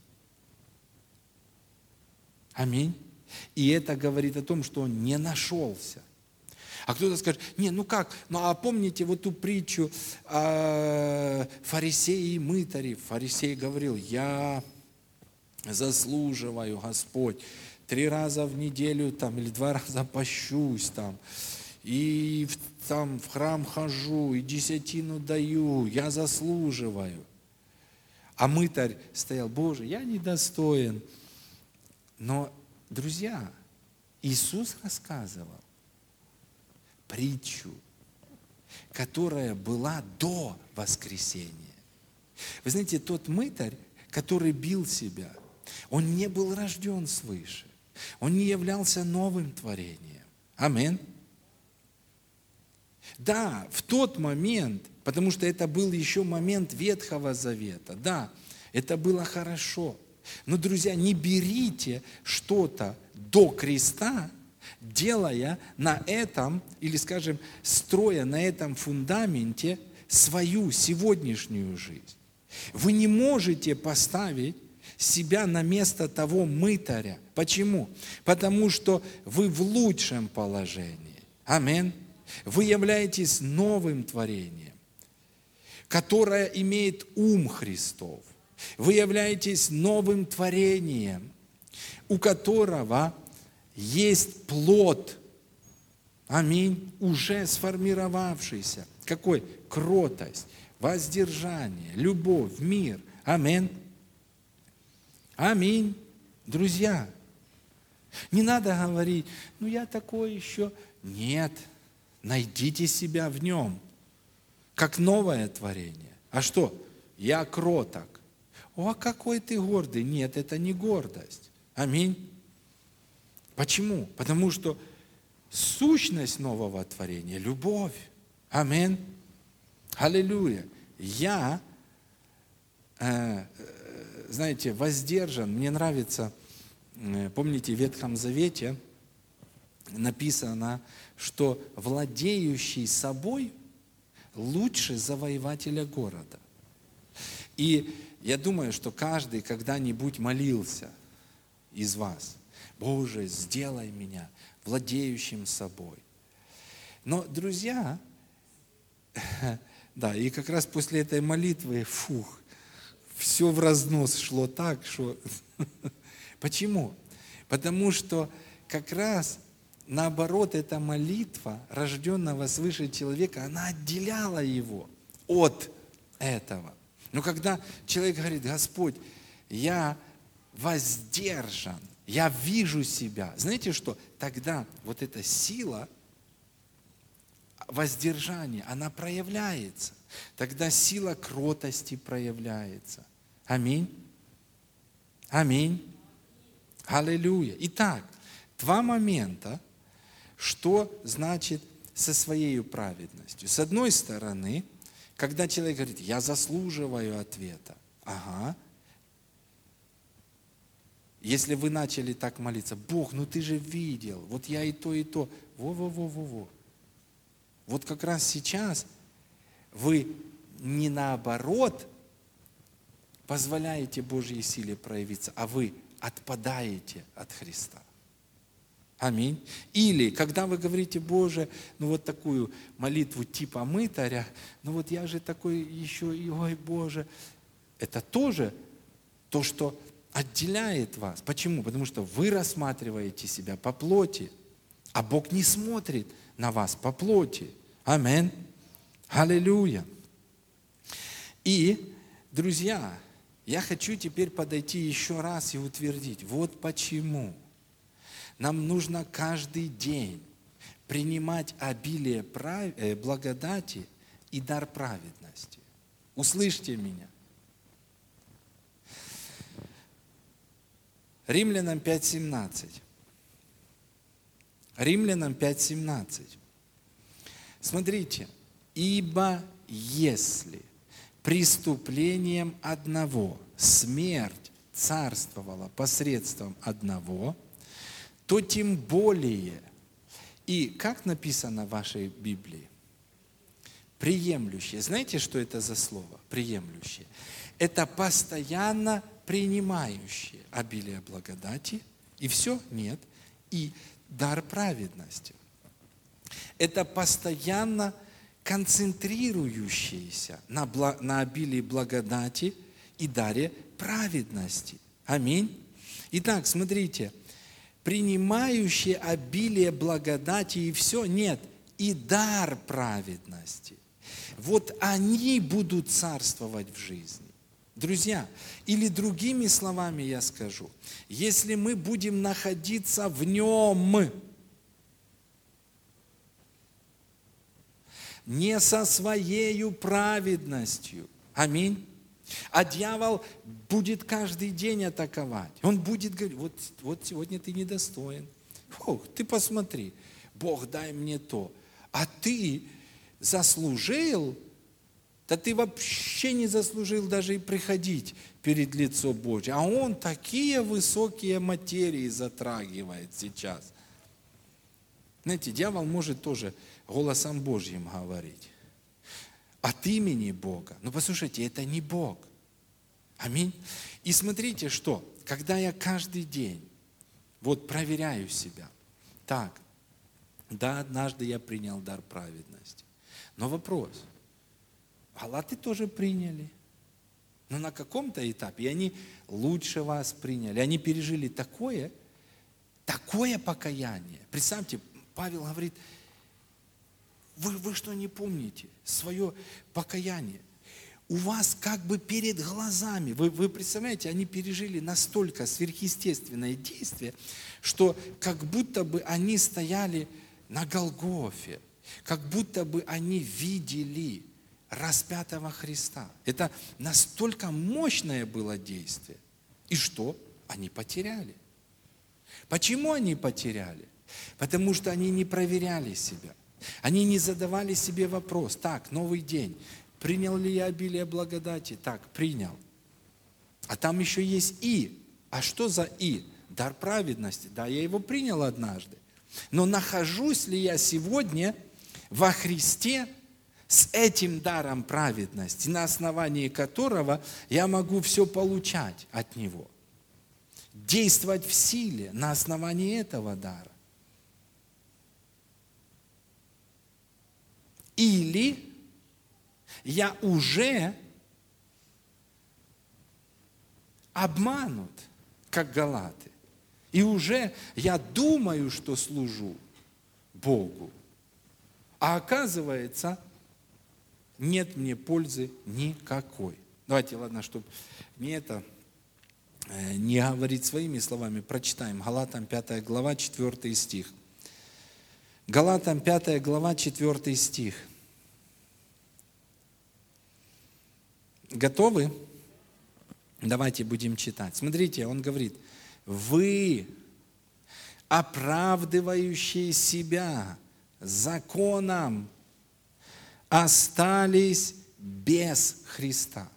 Аминь. И это говорит о том, что он не нашелся. А кто-то скажет: не, ну как, ну а помните вот ту притчу о фарисее и мытаре? Фарисей говорил: я заслуживаю, Господь, три раза в неделю там, или два раза пощусь там, и в, там в храм хожу, и десятину даю, я заслуживаю. А мытарь стоял: Боже, я недостоин. Но, друзья, Иисус рассказывал притчу, которая была до воскресения. Вы знаете, тот мытарь, который бил себя, он не был рожден свыше. Он не являлся новым творением. Аминь. Да, в тот момент, потому что это был еще момент Ветхого Завета, да, это было хорошо. Но, друзья, не берите что-то до креста, делая на этом, или, скажем, строя на этом фундаменте свою сегодняшнюю жизнь. Вы не можете поставить себя на место того мытаря. Почему? Потому что вы в лучшем положении. Аминь. Вы являетесь новым творением, которое имеет ум Христов. Вы являетесь новым творением, у которого есть плод. Аминь. Уже сформировавшийся. Какой? Кротость, воздержание, любовь, мир. Аминь. Аминь. Друзья, не надо говорить: ну я такой еще. Нет. Найдите себя в нем, как новое творение. А что? Я кроток. О, какой ты гордый. Нет, это не гордость. Аминь. Почему? Потому что сущность нового творения – любовь. Аминь. Аллилуйя. Я, э, знаете, воздержан. Мне нравится, э, помните, в Ветхом Завете написано, что владеющий собой лучше завоевателя города. И я думаю, что каждый когда-нибудь молился из вас: Боже, сделай меня владеющим собой. Но, друзья, да, и как раз после этой молитвы, фух, все в разнос шло так, что... Почему? Потому что как раз наоборот эта молитва рожденного свыше человека, она отделяла его от этого. Но когда человек говорит: Господь, я воздержан, я вижу себя, знаете что? Тогда вот эта сила воздержания, она проявляется. Тогда сила кротости проявляется. Аминь. Аминь. Аллилуйя. Итак, два момента, что значит со своей праведностью. С одной стороны, когда человек говорит: я заслуживаю ответа. Ага. Если вы начали так молиться: Бог, ну ты же видел, вот я и то, и то. Во-во-во-во-во. Вот как раз сейчас вы не наоборот позволяете Божьей силе проявиться, а вы отпадаете от Христа. Аминь. Или, когда вы говорите: Боже, ну вот такую молитву типа мытаря, ну вот я же такой еще, и ой, Боже, это тоже то, что отделяет вас. Почему? Потому что вы рассматриваете себя по плоти, а Бог не смотрит на вас по плоти. Аминь. Аллилуйя. И, друзья, я хочу теперь подойти еще раз и утвердить, вот почему нам нужно каждый день принимать обилие прав... благодати и дар праведности. Услышьте меня. Римлянам пять семнадцать. Римлянам пять семнадцать. Смотрите. Ибо если преступлением одного смерть царствовала посредством одного, то тем более, и как написано в вашей Библии, приемлющее. Знаете, что это за слово? Приемлющее. Это постоянно принимающее обилие благодати, и все? Нет. И дар праведности. Это постоянно концентрирующееся на, бла- на обилии благодати и даре праведности. Аминь. Итак, смотрите. Принимающее обилие благодати и все, нет, и дар праведности. Вот они будут царствовать в жизни. Друзья, или другими словами я скажу, если мы будем находиться в нем, не со своей праведностью, аминь, а дьявол будет каждый день атаковать. Он будет говорить: вот, вот сегодня ты недостоин. Ох, ты посмотри, Бог, дай мне то. А ты заслужил? Да ты вообще не заслужил даже и приходить перед лицо Божье. А он такие высокие материи затрагивает сейчас. Знаете, дьявол может тоже голосом Божьим говорить. От имени Бога. Но послушайте, это не Бог. Аминь. И смотрите, что, когда я каждый день вот проверяю себя, так, да, однажды я принял дар праведности. Но вопрос, галаты тоже приняли. Но на каком-то этапе, и они лучше вас приняли. Они пережили такое, такое покаяние. Представьте, Павел говорит: Вы, вы что, не помните свое покаяние? У вас как бы перед глазами, вы, вы представляете, они пережили настолько сверхъестественное действие, что как будто бы они стояли на Голгофе, как будто бы они видели распятого Христа. Это настолько мощное было действие. И что? Они потеряли. Почему они потеряли? Потому что они не проверяли себя. Они не задавали себе вопрос: так, новый день, Принял ли я обилие благодати? Так, принял. А там еще есть «и». А что за «и»? Дар праведности. Да, я его принял однажды. Но нахожусь ли я сегодня во Христе с этим даром праведности, на основании которого я могу все получать от Него? Действовать в силе на основании этого дара. Или я уже обманут, как галаты. И уже я думаю, что служу Богу. А оказывается, нет мне пользы никакой. Давайте, ладно, чтобы не это, не говорить своими словами, прочитаем. Галатам пятая глава, четвёртый стих. Галатам пятая глава, четвёртый стих. Готовы? Давайте будем читать. Смотрите, он говорит: вы, оправдывающие себя законом, остались без Христа,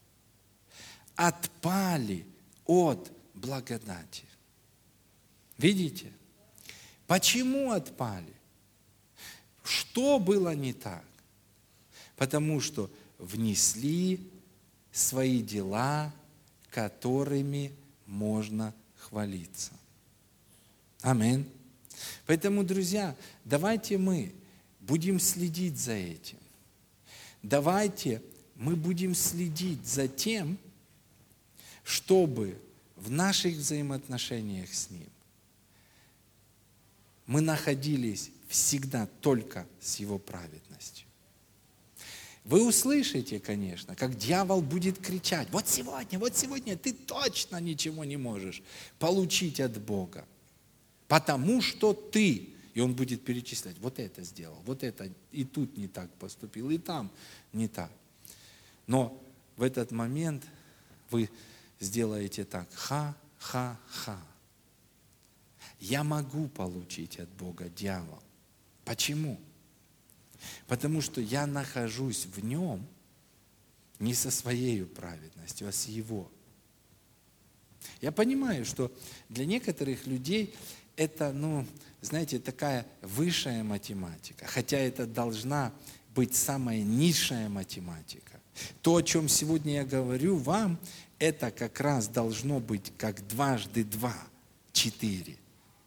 отпали от благодати. Видите? Почему отпали? Что было не так? Потому что внесли свои дела, которыми можно хвалиться. Аминь. Поэтому, друзья, давайте мы будем следить за этим. Давайте мы будем следить за тем, чтобы в наших взаимоотношениях с Ним мы находились всегда только с Его праведностью. Вы услышите, конечно, как дьявол будет кричать: вот сегодня, вот сегодня ты точно ничего не можешь получить от Бога, потому что ты, и он будет перечислять: вот это сделал, вот это, и тут не так поступил, и там не так. Но в этот момент вы сделаете так: ха-ха-ха. Я могу получить от Бога, дьявол. Почему? Потому что я нахожусь в Нем не со своей праведностью, а с Его. Я понимаю, что для некоторых людей это, ну, знаете, такая высшая математика, хотя это должна быть самая низшая математика. То, о чем сегодня я говорю вам, это как раз должно быть как дважды два, четыре.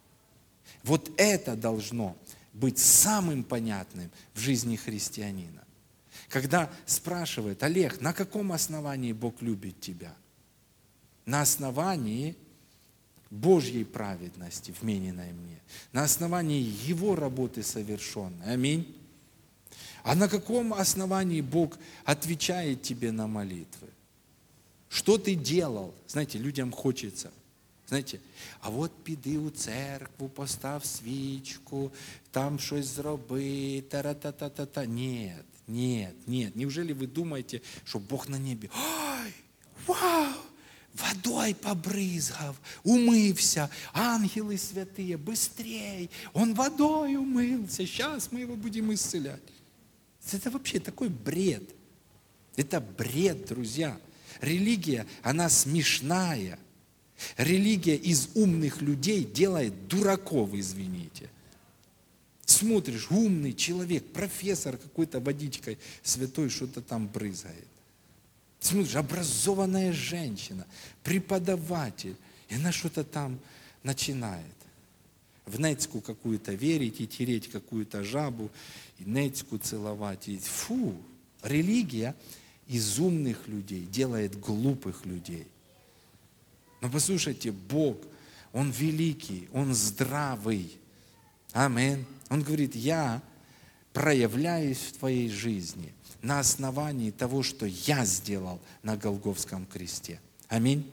Вот это должно быть самым понятным в жизни христианина. Когда спрашивают: Олег, на каком основании Бог любит тебя? На основании Божьей праведности, вмененной мне. На основании Его работы совершенной. Аминь. А на каком основании Бог отвечает тебе на молитвы? Что ты делал? Знаете, людям хочется. Знаєте, а от піди у церкву, постав свічку, там щось зроби, та-ра-та-та-та-та. Нет, нет, нет. Неужели вы думаете, что Бог на небе? Ой, вау, водой побрызгав, умывся, ангелы святые, быстрей, он водой умылся, сейчас мы его будем исцелять. Это вообще такой бред. Это бред, друзья. Религия, она смешная. Религия из умных людей делает дураков, извините. Смотришь, умный человек, профессор какой-то водичкой святой что-то там брызгает. Смотришь, образованная женщина, преподаватель, и она что-то там начинает. В нецку какую-то верить и тереть какую-то жабу, и нецку целовать. И, фу, религия из умных людей делает глупых людей. Но послушайте, Бог, Он великий, Он здравый. Аминь. Он говорит: я проявляюсь в твоей жизни на основании того, что я сделал на Голгофском кресте. Аминь.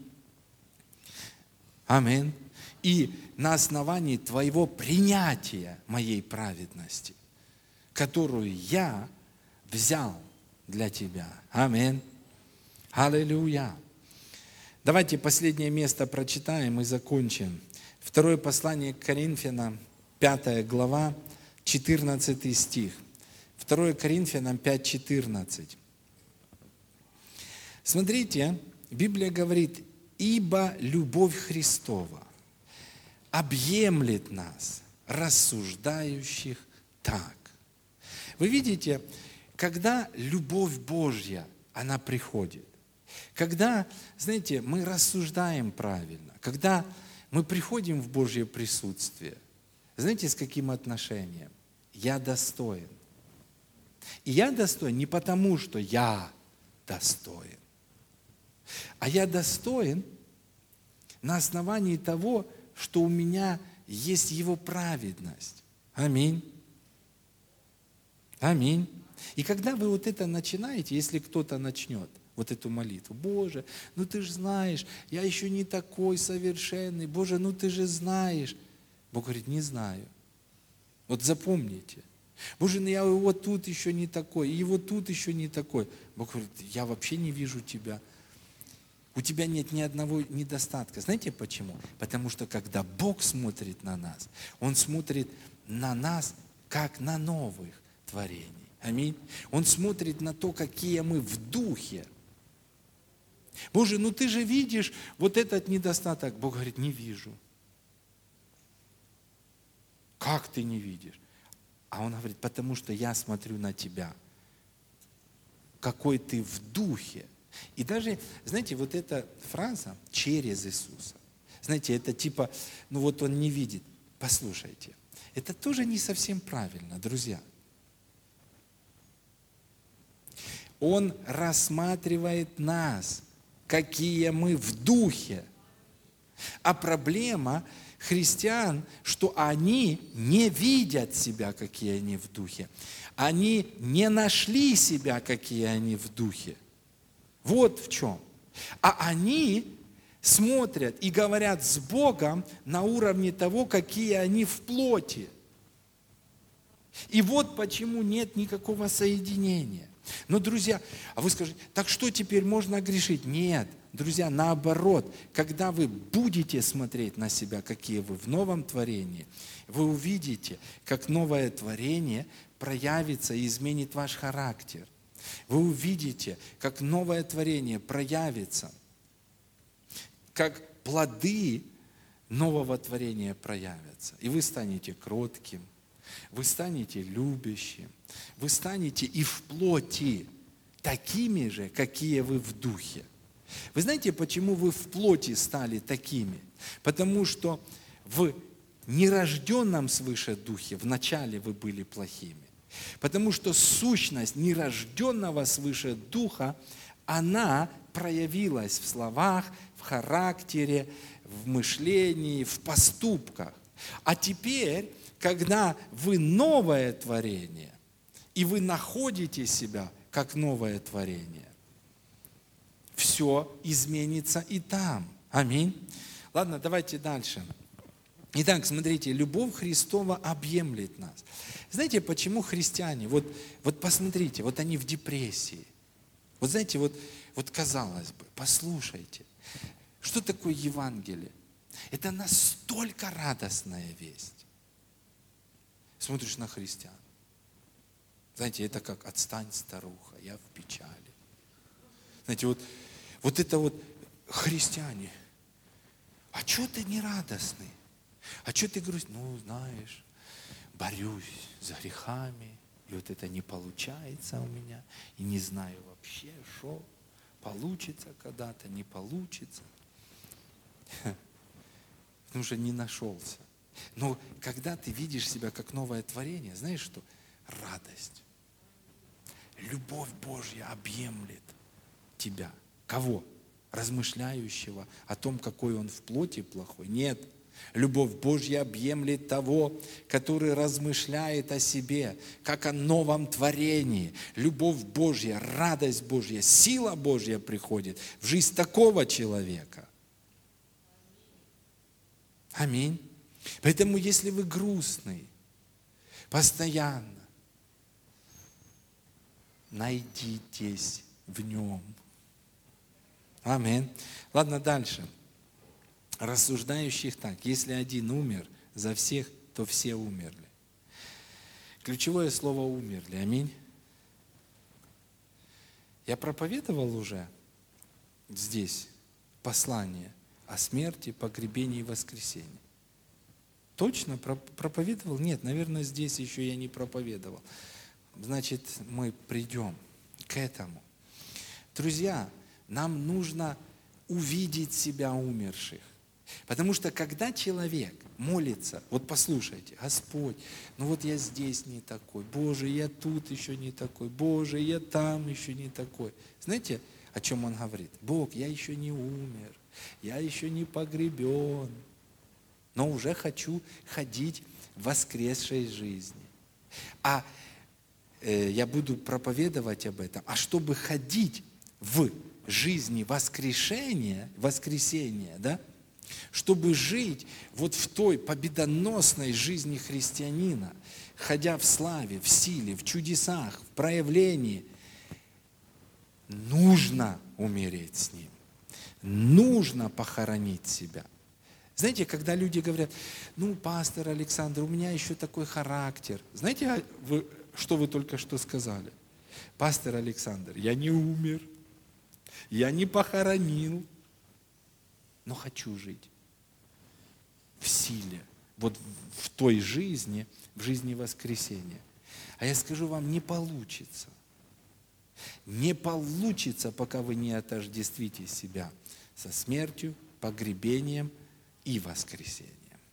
Аминь. И на основании твоего принятия моей праведности, которую я взял для тебя. Аминь. Аллилуйя. Давайте последнее место прочитаем и закончим. Второе послание к Коринфянам, пятая глава, четырнадцатый стих. Второе Коринфянам пять четырнадцать. Смотрите, Библия говорит, ибо любовь Христова объемлет нас, рассуждающих так. Вы видите, когда любовь Божья, она приходит, когда, знаете, мы рассуждаем правильно, когда мы приходим в Божье присутствие, знаете, с каким отношением? Я достоин. И я достоин не потому, что я достоин, а я достоин на основании того, что у меня есть Его праведность. Аминь. Аминь. И когда вы вот это начинаете, если кто-то начнет вот эту молитву, Боже, ну ты же знаешь, я еще не такой совершенный, Боже, ну ты же знаешь. Бог говорит, не знаю. Вот запомните. Боже, ну я вот тут еще не такой, и вот тут еще не такой. Бог говорит, я вообще не вижу тебя. У тебя нет ни одного недостатка. Знаете почему? Потому что когда Бог смотрит на нас, Он смотрит на нас как на новых творений. Аминь. Он смотрит на то, какие мы в духе. Боже, ну ты же видишь вот этот недостаток. Бог говорит, не вижу. Как ты не видишь? А Он говорит, потому что я смотрю на тебя. Какой ты в духе. И даже, знаете, вот эта фраза «через Иисуса», знаете, это типа, ну вот Он не видит. Послушайте, это тоже не совсем правильно, друзья. Он рассматривает нас, какие мы в духе. А проблема христиан, что они не видят себя, какие они в духе. Они не нашли себя, какие они в духе. Вот в чем. А они смотрят и говорят с Богом на уровне того, какие они в плоти. И вот почему нет никакого соединения. Но, друзья, а вы скажете, так что теперь можно грешить? Нет, друзья, наоборот, когда вы будете смотреть на себя, какие вы в новом творении, вы увидите, как новое творение проявится и изменит ваш характер. Вы увидите, как новое творение проявится, как плоды нового творения проявятся. И вы станете кротким, вы станете любящим, вы станете и в плоти такими же, какие вы в духе. Вы знаете, почему вы в плоти стали такими? Потому что в нерожденном свыше духе вначале вы были плохими. Потому что сущность нерожденного свыше духа, она проявилась в словах, в характере, в мышлении, в поступках. А теперь, когда вы новое творение, и вы находите себя как новое творение, все изменится и там. Аминь. Ладно, давайте дальше. Итак, смотрите, любовь Христова объемлет нас. Знаете, почему христиане, вот, вот посмотрите, вот они в депрессии. Вот знаете, вот, вот казалось бы, послушайте, что такое Евангелие? Это настолько радостная весть. Смотришь на христиан. Знаете, это как «отстань, старуха, я в печали». Знаете, вот, вот это вот христиане. А что ты не радостный? А что ты грустишь? Ну, знаешь, борюсь за грехами, и вот это не получается у меня, и не знаю вообще, что получится когда-то, не получится. Потому что не нашелся. Но когда ты видишь себя как новое творение, знаешь что? Радость. Любовь Божья объемлет тебя. Кого? Размышляющего о том, какой он в плоти плохой? Нет. Любовь Божья объемлет того, который размышляет о себе, как о новом творении. Любовь Божья, радость Божья, сила Божья приходит в жизнь такого человека. Аминь. Поэтому, если вы грустный, постоянно, найдитесь в нем. Аминь. Ладно, дальше. Рассуждающих так: если один умер за всех, то все умерли. Ключевое слово «умерли». Аминь. Я проповедовал уже здесь послание о смерти, погребении и воскресении. Точно проповедовал? Нет, наверное, здесь еще я не проповедовал. Значит, мы придем к этому. Друзья, нам нужно увидеть себя умерших. Потому что когда человек молится, вот послушайте, Господь, ну вот я здесь не такой, Боже, я тут еще не такой, Боже, я там еще не такой. Знаете, о чем он говорит? Бог, я еще не умер, я еще не погребен, но уже хочу ходить в воскресшей жизни. А э, я буду проповедовать об этом. А чтобы ходить в жизни воскрешения, воскресения, да, чтобы жить вот в той победоносной жизни христианина, ходя в славе, в силе, в чудесах, в проявлении, нужно умереть с Ним. Нужно похоронить себя. Знаете, когда люди говорят, ну, пастор Александр, у меня еще такой характер. Знаете, вы, что вы только что сказали? Пастор Александр, я не умер, я не похоронил, но хочу жить в силе, вот в той жизни, в жизни воскресения. А я скажу вам, не получится. Не получится, пока вы не отождествите себя со смертью, погребением и воскресением.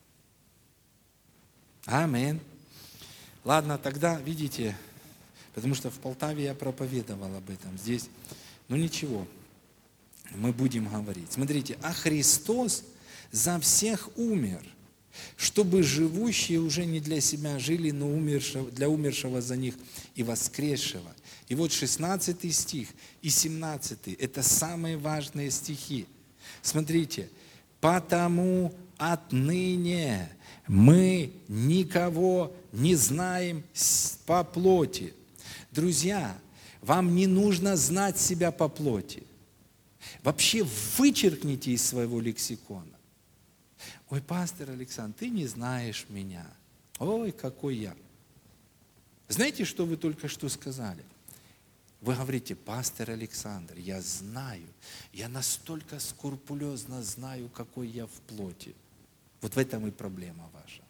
Аминь. Ладно, тогда, видите, потому что в Полтаве я проповедовал об этом, здесь, ну ничего, мы будем говорить. Смотрите, а Христос за всех умер, чтобы живущие уже не для себя жили, но умершего, для умершего за них и воскресшего. И вот шестнадцатый стих и семнадцатый, это самые важные стихи. Смотрите, потому отныне мы никого не знаем по плоти. Друзья, вам не нужно знать себя по плоти. Вообще вычеркните из своего лексикона. Ой, пастор Александр, ты не знаешь меня. Ой, какой я. Знаете, что вы только что сказали? Вы говорите, пастор Александр, я знаю, я настолько скрупулезно знаю, какой я в плоти. Вот в этом и проблема ваша.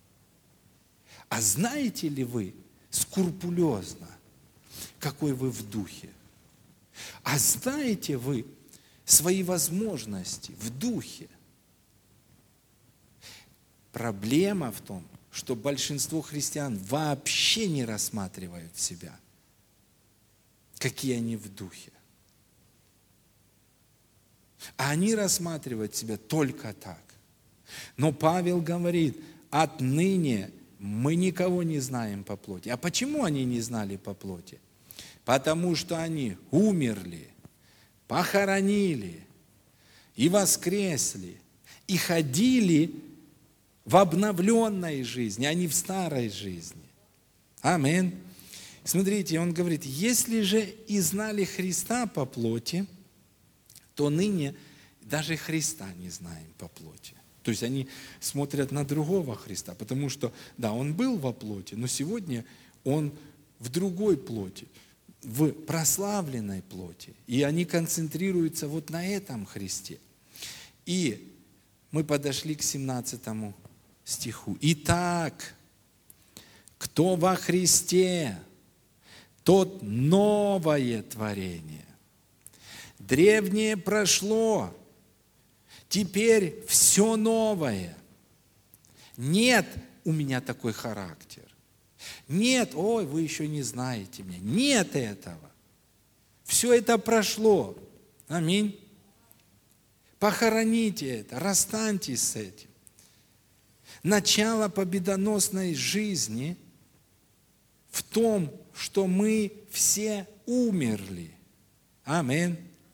А знаете ли вы скрупулезно, какой вы в духе? А знаете вы свои возможности в духе? Проблема в том, что большинство христиан вообще не рассматривают себя, какие они в духе. А они рассматривают себя только так. Но Павел говорит, отныне мы никого не знаем по плоти. А почему они не знали по плоти? Потому что они умерли, похоронили и воскресли, и ходили в обновленной жизни, а не в старой жизни. Аминь. Смотрите, он говорит, если же и знали Христа по плоти, то ныне даже Христа не знаем по плоти. То есть они смотрят на другого Христа, потому что, да, он был во плоти, но сегодня он в другой плоти, в прославленной плоти. И они концентрируются вот на этом Христе. И мы подошли к семнадцатому стиху. Итак, кто во Христе, тот новое творение. Древнее прошло, теперь все новое. Нет у меня такой характер. Нет, ой, вы еще не знаете меня. Нет этого. Все это прошло. Аминь. Похороните это, расстаньтесь с этим. Начало победоносной жизни в том, что мы все умерли. Аминь.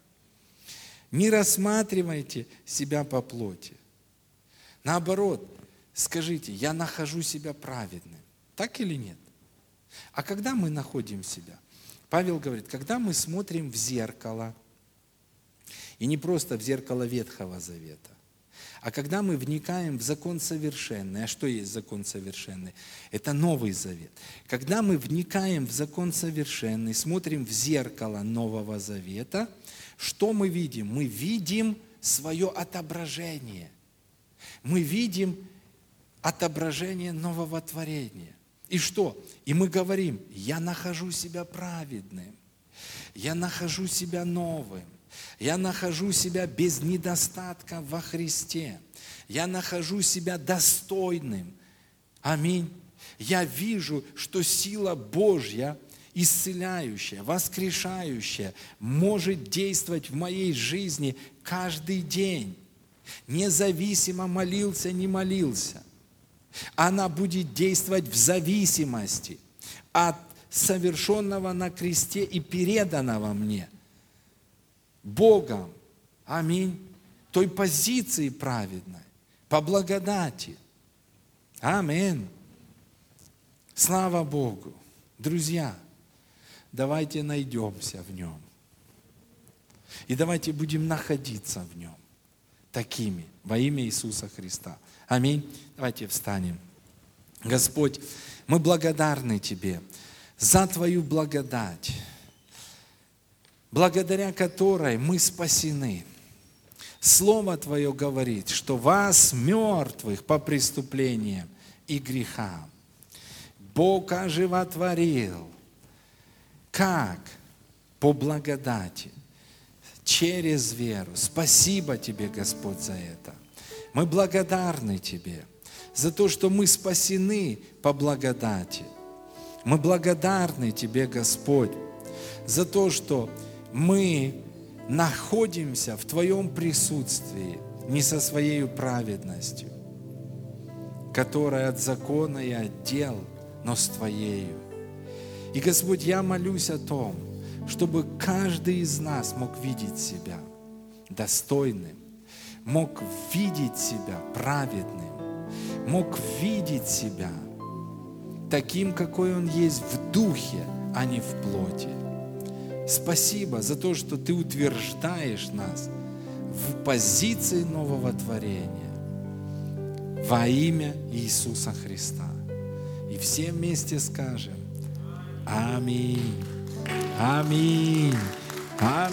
Не рассматривайте себя по плоти. Наоборот, скажите, я нахожу себя праведным. Так или нет? А когда мы находим себя? Павел говорит, когда мы смотрим в зеркало, и не просто в зеркало Ветхого Завета, а когда мы вникаем в закон совершенный. А что есть закон совершенный? Это Новый Завет. Когда мы вникаем в закон совершенный, смотрим в зеркало Нового Завета, Что мы видим? Мы видим свое отображение. Мы видим отображение нового творения. И что? И мы говорим, я нахожу себя праведным, я нахожу себя новым, я нахожу себя без недостатка во Христе, я нахожу себя достойным. Аминь. Я вижу, что сила Божья, исцеляющая, воскрешающая, может действовать в моей жизни каждый день. Независимо молился, не молился. Она будет действовать в зависимости от совершенного на кресте и переданного мне Богом. Аминь. Той позиции праведной, по благодати. Аминь. Слава Богу. Друзья, давайте найдемся в Нем. И давайте будем находиться в Нем такими, во имя Иисуса Христа. Аминь. Давайте встанем. Господь, мы благодарны Тебе за Твою благодать, благодаря которой мы спасены. Слово Твое говорит, что вас, мертвых по преступлениям и грехам, Бог оживотворил. Как? По благодати, через веру. Спасибо Тебе, Господь, за это. Мы благодарны Тебе за то, что мы спасены по благодати. Мы благодарны Тебе, Господь, за то, что мы находимся в Твоем присутствии не со своей праведностью, которая от закона и от дел, но с Твоею. И, Господь, я молюсь о том, чтобы каждый из нас мог видеть себя достойным, мог видеть себя праведным, мог видеть себя таким, какой он есть в духе, а не в плоти. Спасибо за то, что Ты утверждаешь нас в позиции нового творения во имя Иисуса Христа. И все вместе скажем: Аминь. Аминь. Аминь.